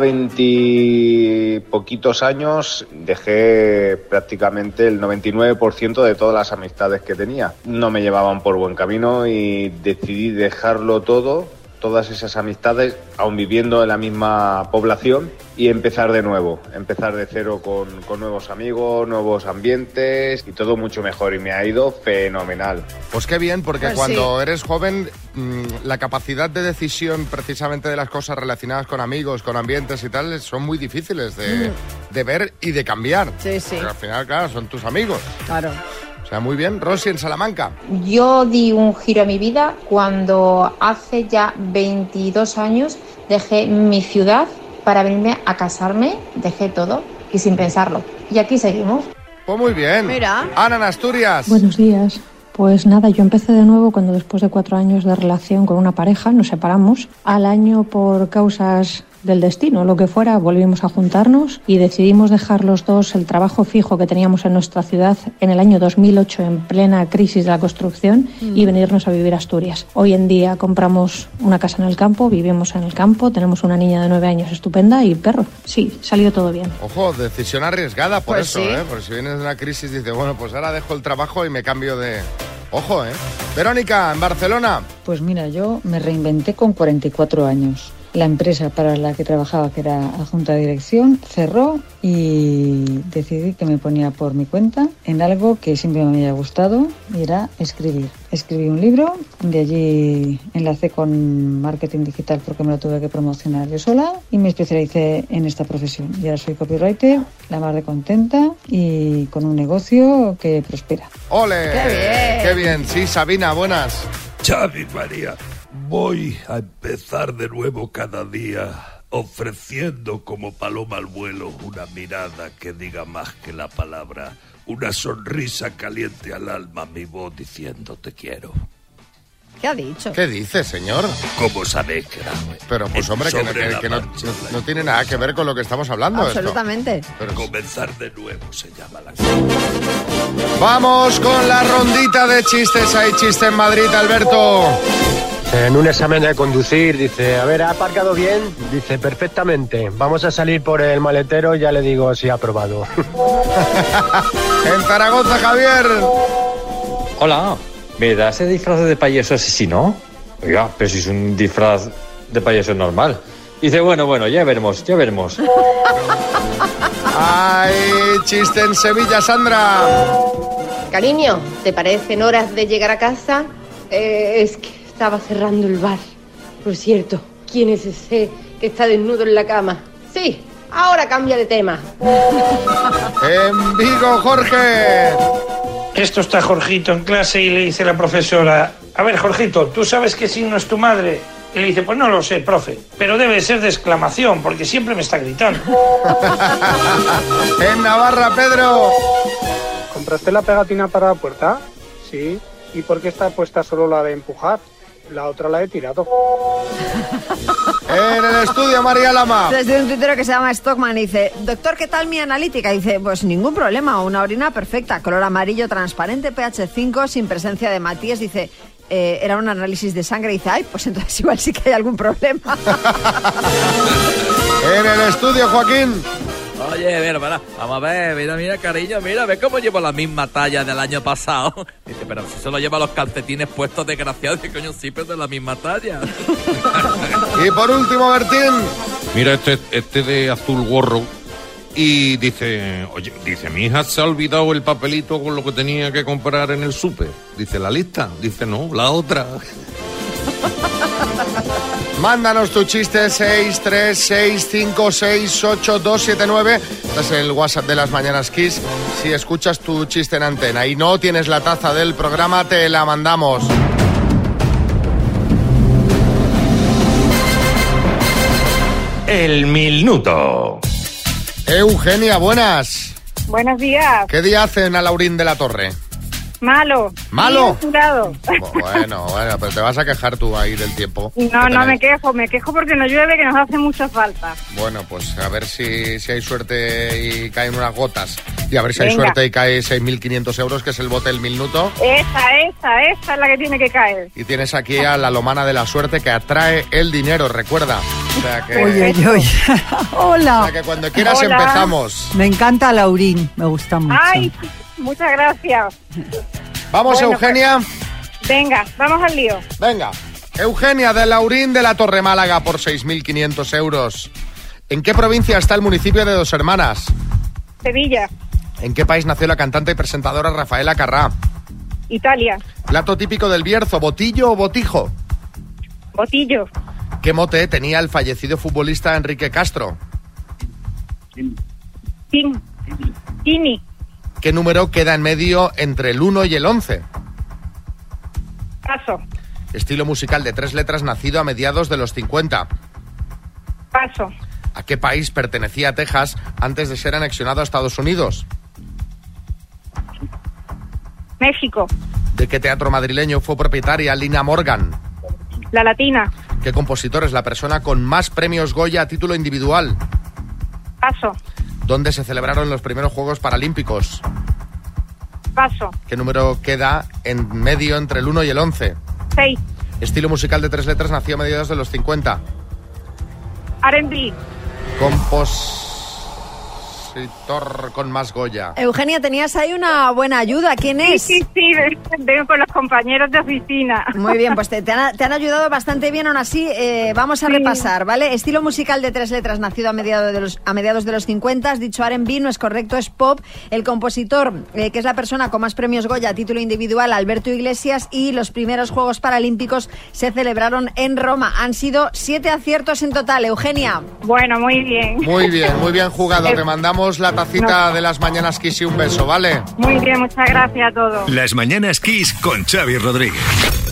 [SPEAKER 11] veinte poquitos años. Dejé prácticamente el noventa y nueve por ciento de todas las amistades que tenía. No me llevaban por buen camino y decidí dejarlo todo, todas esas amistades, aún viviendo en la misma población, y empezar de nuevo, empezar de cero con, con nuevos amigos, nuevos ambientes y todo mucho mejor, y me ha ido fenomenal.
[SPEAKER 3] Pues qué bien, porque
[SPEAKER 11] Pues
[SPEAKER 3] cuando
[SPEAKER 11] sí.
[SPEAKER 3] eres joven, mmm, la capacidad de decisión precisamente de las cosas relacionadas con amigos, con ambientes y tal, son muy difíciles de, de ver y de cambiar.
[SPEAKER 6] Sí, sí.
[SPEAKER 3] Pero al final, claro, son tus amigos.
[SPEAKER 6] Claro.
[SPEAKER 3] O sea, muy bien. Rosy, en Salamanca.
[SPEAKER 12] Yo di un giro a mi vida cuando hace ya veintidós años dejé mi ciudad para venirme a casarme, dejé todo y sin pensarlo. Y aquí seguimos.
[SPEAKER 3] Pues muy bien.
[SPEAKER 6] Mira.
[SPEAKER 3] Ana, en Asturias.
[SPEAKER 13] Buenos días. Pues nada, yo empecé de nuevo cuando después de cuatro años de relación con una pareja nos separamos. Al año, por causas del destino, lo que fuera, volvimos a juntarnos y decidimos dejar los dos el trabajo fijo que teníamos en nuestra ciudad en el año dos mil ocho, en plena crisis de la construcción,
[SPEAKER 14] Mm.
[SPEAKER 13] y venirnos a vivir a Asturias. Hoy en día compramos una casa en el campo, vivimos en el campo, tenemos una niña de nueve años estupenda y perro. Sí, salió todo bien.
[SPEAKER 3] Ojo, decisión arriesgada por
[SPEAKER 13] Pues
[SPEAKER 3] eso,
[SPEAKER 13] sí.
[SPEAKER 3] ¿eh? Porque si vienes de una crisis, dices, bueno, pues ahora dejo el trabajo y me cambio de... Ojo, ¿eh? Verónica, en Barcelona.
[SPEAKER 14] Pues mira, yo me reinventé con cuarenta y cuatro años. La empresa para la que trabajaba, que era adjunta de dirección, cerró y decidí que me ponía por mi cuenta en algo que siempre me había gustado, y era escribir. Escribí un libro, de allí enlacé con marketing digital porque me lo tuve que promocionar yo sola y me especialicé en esta profesión. Y ahora soy copywriter, la más de contenta y con un negocio que prospera.
[SPEAKER 3] ¡Ole!
[SPEAKER 14] ¡Qué bien!
[SPEAKER 3] ¡Qué bien! Sí, Sabina, buenas.
[SPEAKER 20] Xavi, María, voy a empezar de nuevo cada día ofreciendo como paloma al vuelo una mirada que diga más que la palabra, una sonrisa caliente al alma, mi voz diciendo te quiero.
[SPEAKER 6] ¿Qué ha dicho?
[SPEAKER 3] ¿Qué dice, señor?
[SPEAKER 20] ¿Cómo sabéis que era?
[SPEAKER 3] Pero pues hombre, que,
[SPEAKER 20] Sobre
[SPEAKER 3] que-
[SPEAKER 20] la
[SPEAKER 3] que no,
[SPEAKER 20] marcha,
[SPEAKER 3] no- no tiene nada que ver con lo que estamos hablando. esto.
[SPEAKER 6] Absolutamente.
[SPEAKER 3] Pero
[SPEAKER 20] comenzar de nuevo se llama la
[SPEAKER 3] Vamos con la rondita de chistes. Hay chiste en Madrid, Alberto.
[SPEAKER 15] En un examen de conducir dice, a ver, ¿ha aparcado bien? Dice, perfectamente. Vamos a salir por el maletero y ya le digo si ha aprobado.
[SPEAKER 3] En Zaragoza, Javier.
[SPEAKER 18] Hola, ¿me das ese disfraz de payaso asesino? Oiga, pero si es un disfraz de payaso normal. Dice, bueno, bueno, ya veremos, ya veremos.
[SPEAKER 3] Hay chiste en Sevilla, Sandra.
[SPEAKER 27] Cariño, ¿te parecen horas de llegar a casa? Eh, es que estaba cerrando el bar. Por cierto, ¿quién es ese que está desnudo en la cama? Sí, Ahora cambia de tema.
[SPEAKER 3] En Vigo, Jorge.
[SPEAKER 2] Esto está Jorgito en clase y le dice la profesora: a ver, Jorgito, ¿tú sabes qué signo es tu madre? Y le dice: pues no lo sé, profe, pero debe ser de exclamación, porque siempre me está gritando.
[SPEAKER 3] En Navarra, Pedro.
[SPEAKER 8] ¿Compraste la pegatina para la puerta? Sí. ¿Y por qué está puesta solo la de empujar? La otra la he tirado.
[SPEAKER 3] En el estudio, María Lama.
[SPEAKER 6] Desde un tuitero que se llama Stockman dice: doctor, ¿qué tal mi analítica? Dice: pues ningún problema, una orina perfecta, color amarillo transparente, pH cinco, sin presencia de Matías. Dice: eh, era un análisis de sangre. Dice: ay, pues entonces igual sí que hay algún problema.
[SPEAKER 3] En el estudio, Joaquín.
[SPEAKER 21] Oye, mira, mira, vamos a ver, mira, mira, cariño, mira, ve cómo llevo la misma talla del año pasado. Dice, pero si solo lleva los calcetines puestos, desgraciado, ¿qué coño sí, pero de la misma talla?
[SPEAKER 3] Y por último, Bertín.
[SPEAKER 9] Mira, este, este de azul gorro. Y dice, oye, dice, mi hija se ha olvidado el papelito con lo que tenía que comprar en el súper. Dice, ¿la lista? Dice, no, la otra.
[SPEAKER 3] Mándanos tu chiste seis tres seis cinco seis ocho dos siete nueve. Este es el WhatsApp de las Mañanas Kiss. Si escuchas tu chiste en antena y no tienes la taza del programa, te la mandamos.
[SPEAKER 9] El minuto.
[SPEAKER 3] Eugenia, buenas.
[SPEAKER 16] Buenos días.
[SPEAKER 3] ¿Qué día hacen a Laurín de la Torre?
[SPEAKER 16] Malo.
[SPEAKER 3] ¿Malo?
[SPEAKER 16] Jurado.
[SPEAKER 3] Bueno, bueno, pero te vas a quejar tú ahí del tiempo.
[SPEAKER 16] No, no me quejo, me quejo porque no llueve, que nos hace mucha falta.
[SPEAKER 3] Bueno, pues a ver si, si hay suerte y caen unas gotas. Y a ver si
[SPEAKER 16] Venga.
[SPEAKER 3] hay suerte y cae seis mil quinientos euros, que es el bote del minuto.
[SPEAKER 16] Esa, esa, esa es la que tiene que caer.
[SPEAKER 3] Y tienes aquí a la lomana de la suerte que atrae el dinero, recuerda. O sea que,
[SPEAKER 22] Oye, oye, oye. Hola.
[SPEAKER 3] o sea que cuando quieras
[SPEAKER 16] Hola.
[SPEAKER 3] empezamos.
[SPEAKER 22] Me encanta Laurín, me gusta mucho.
[SPEAKER 16] Ay, muchas gracias.
[SPEAKER 3] Vamos,
[SPEAKER 16] Bueno,
[SPEAKER 3] Eugenia.
[SPEAKER 16] pues, venga, vamos al lío.
[SPEAKER 3] Venga. Eugenia de Laurín de la Torre Málaga por seis mil quinientos euros. ¿En qué provincia está el municipio de Dos Hermanas?
[SPEAKER 16] Sevilla,
[SPEAKER 3] ¿En qué país nació la cantante y presentadora Rafaela Carrá?
[SPEAKER 16] Italia,
[SPEAKER 3] Plato típico del Bierzo, ¿botillo o botijo?
[SPEAKER 16] Botillo,
[SPEAKER 3] ¿Qué mote tenía el fallecido futbolista Enrique Castro?
[SPEAKER 16] Tin, Tini,
[SPEAKER 3] ¿Qué número queda en medio entre el uno y el once?
[SPEAKER 16] paso,
[SPEAKER 3] Estilo musical de tres letras nacido a mediados de los cincuenta.
[SPEAKER 16] paso,
[SPEAKER 3] ¿A qué país pertenecía Texas antes de ser anexionado a Estados Unidos?
[SPEAKER 16] México,
[SPEAKER 3] ¿De qué teatro madrileño fue propietaria Lina Morgan?
[SPEAKER 16] La Latina,
[SPEAKER 3] ¿Qué compositor es la persona con más premios Goya a título individual?
[SPEAKER 16] paso,
[SPEAKER 3] ¿Dónde se celebraron los primeros Juegos Paralímpicos?
[SPEAKER 16] paso,
[SPEAKER 3] ¿Qué número queda en medio entre el uno y el once?
[SPEAKER 16] seis,
[SPEAKER 3] Estilo musical de tres letras nació a mediados de los cincuenta.
[SPEAKER 16] R and B,
[SPEAKER 3] Compositor con más Goya.
[SPEAKER 6] Eugenia, tenías ahí una buena ayuda. ¿Quién es?
[SPEAKER 16] Sí, sí, sí, vengo con los compañeros de oficina.
[SPEAKER 6] Muy bien, pues te, te, han, te han ayudado bastante bien. Aún así, eh, vamos a
[SPEAKER 16] Sí.
[SPEAKER 6] repasar, ¿vale? Estilo musical de tres letras nacido a mediados de los, a mediados de los cincuenta. Has dicho R and B, no es correcto, es pop. El compositor, eh, que es la persona con más premios Goya a título individual, Alberto Iglesias. Y los primeros Juegos Paralímpicos se celebraron en Roma. Han sido siete aciertos en total, Eugenia.
[SPEAKER 16] Bueno, muy bien.
[SPEAKER 3] Muy bien, muy bien jugado.
[SPEAKER 16] Eh,
[SPEAKER 3] Te mandamos la tacita de las Mañanas Kiss y un beso, ¿vale?
[SPEAKER 16] Muy bien, muchas gracias a todos.
[SPEAKER 17] Las Mañanas Kiss con Xavi Rodríguez.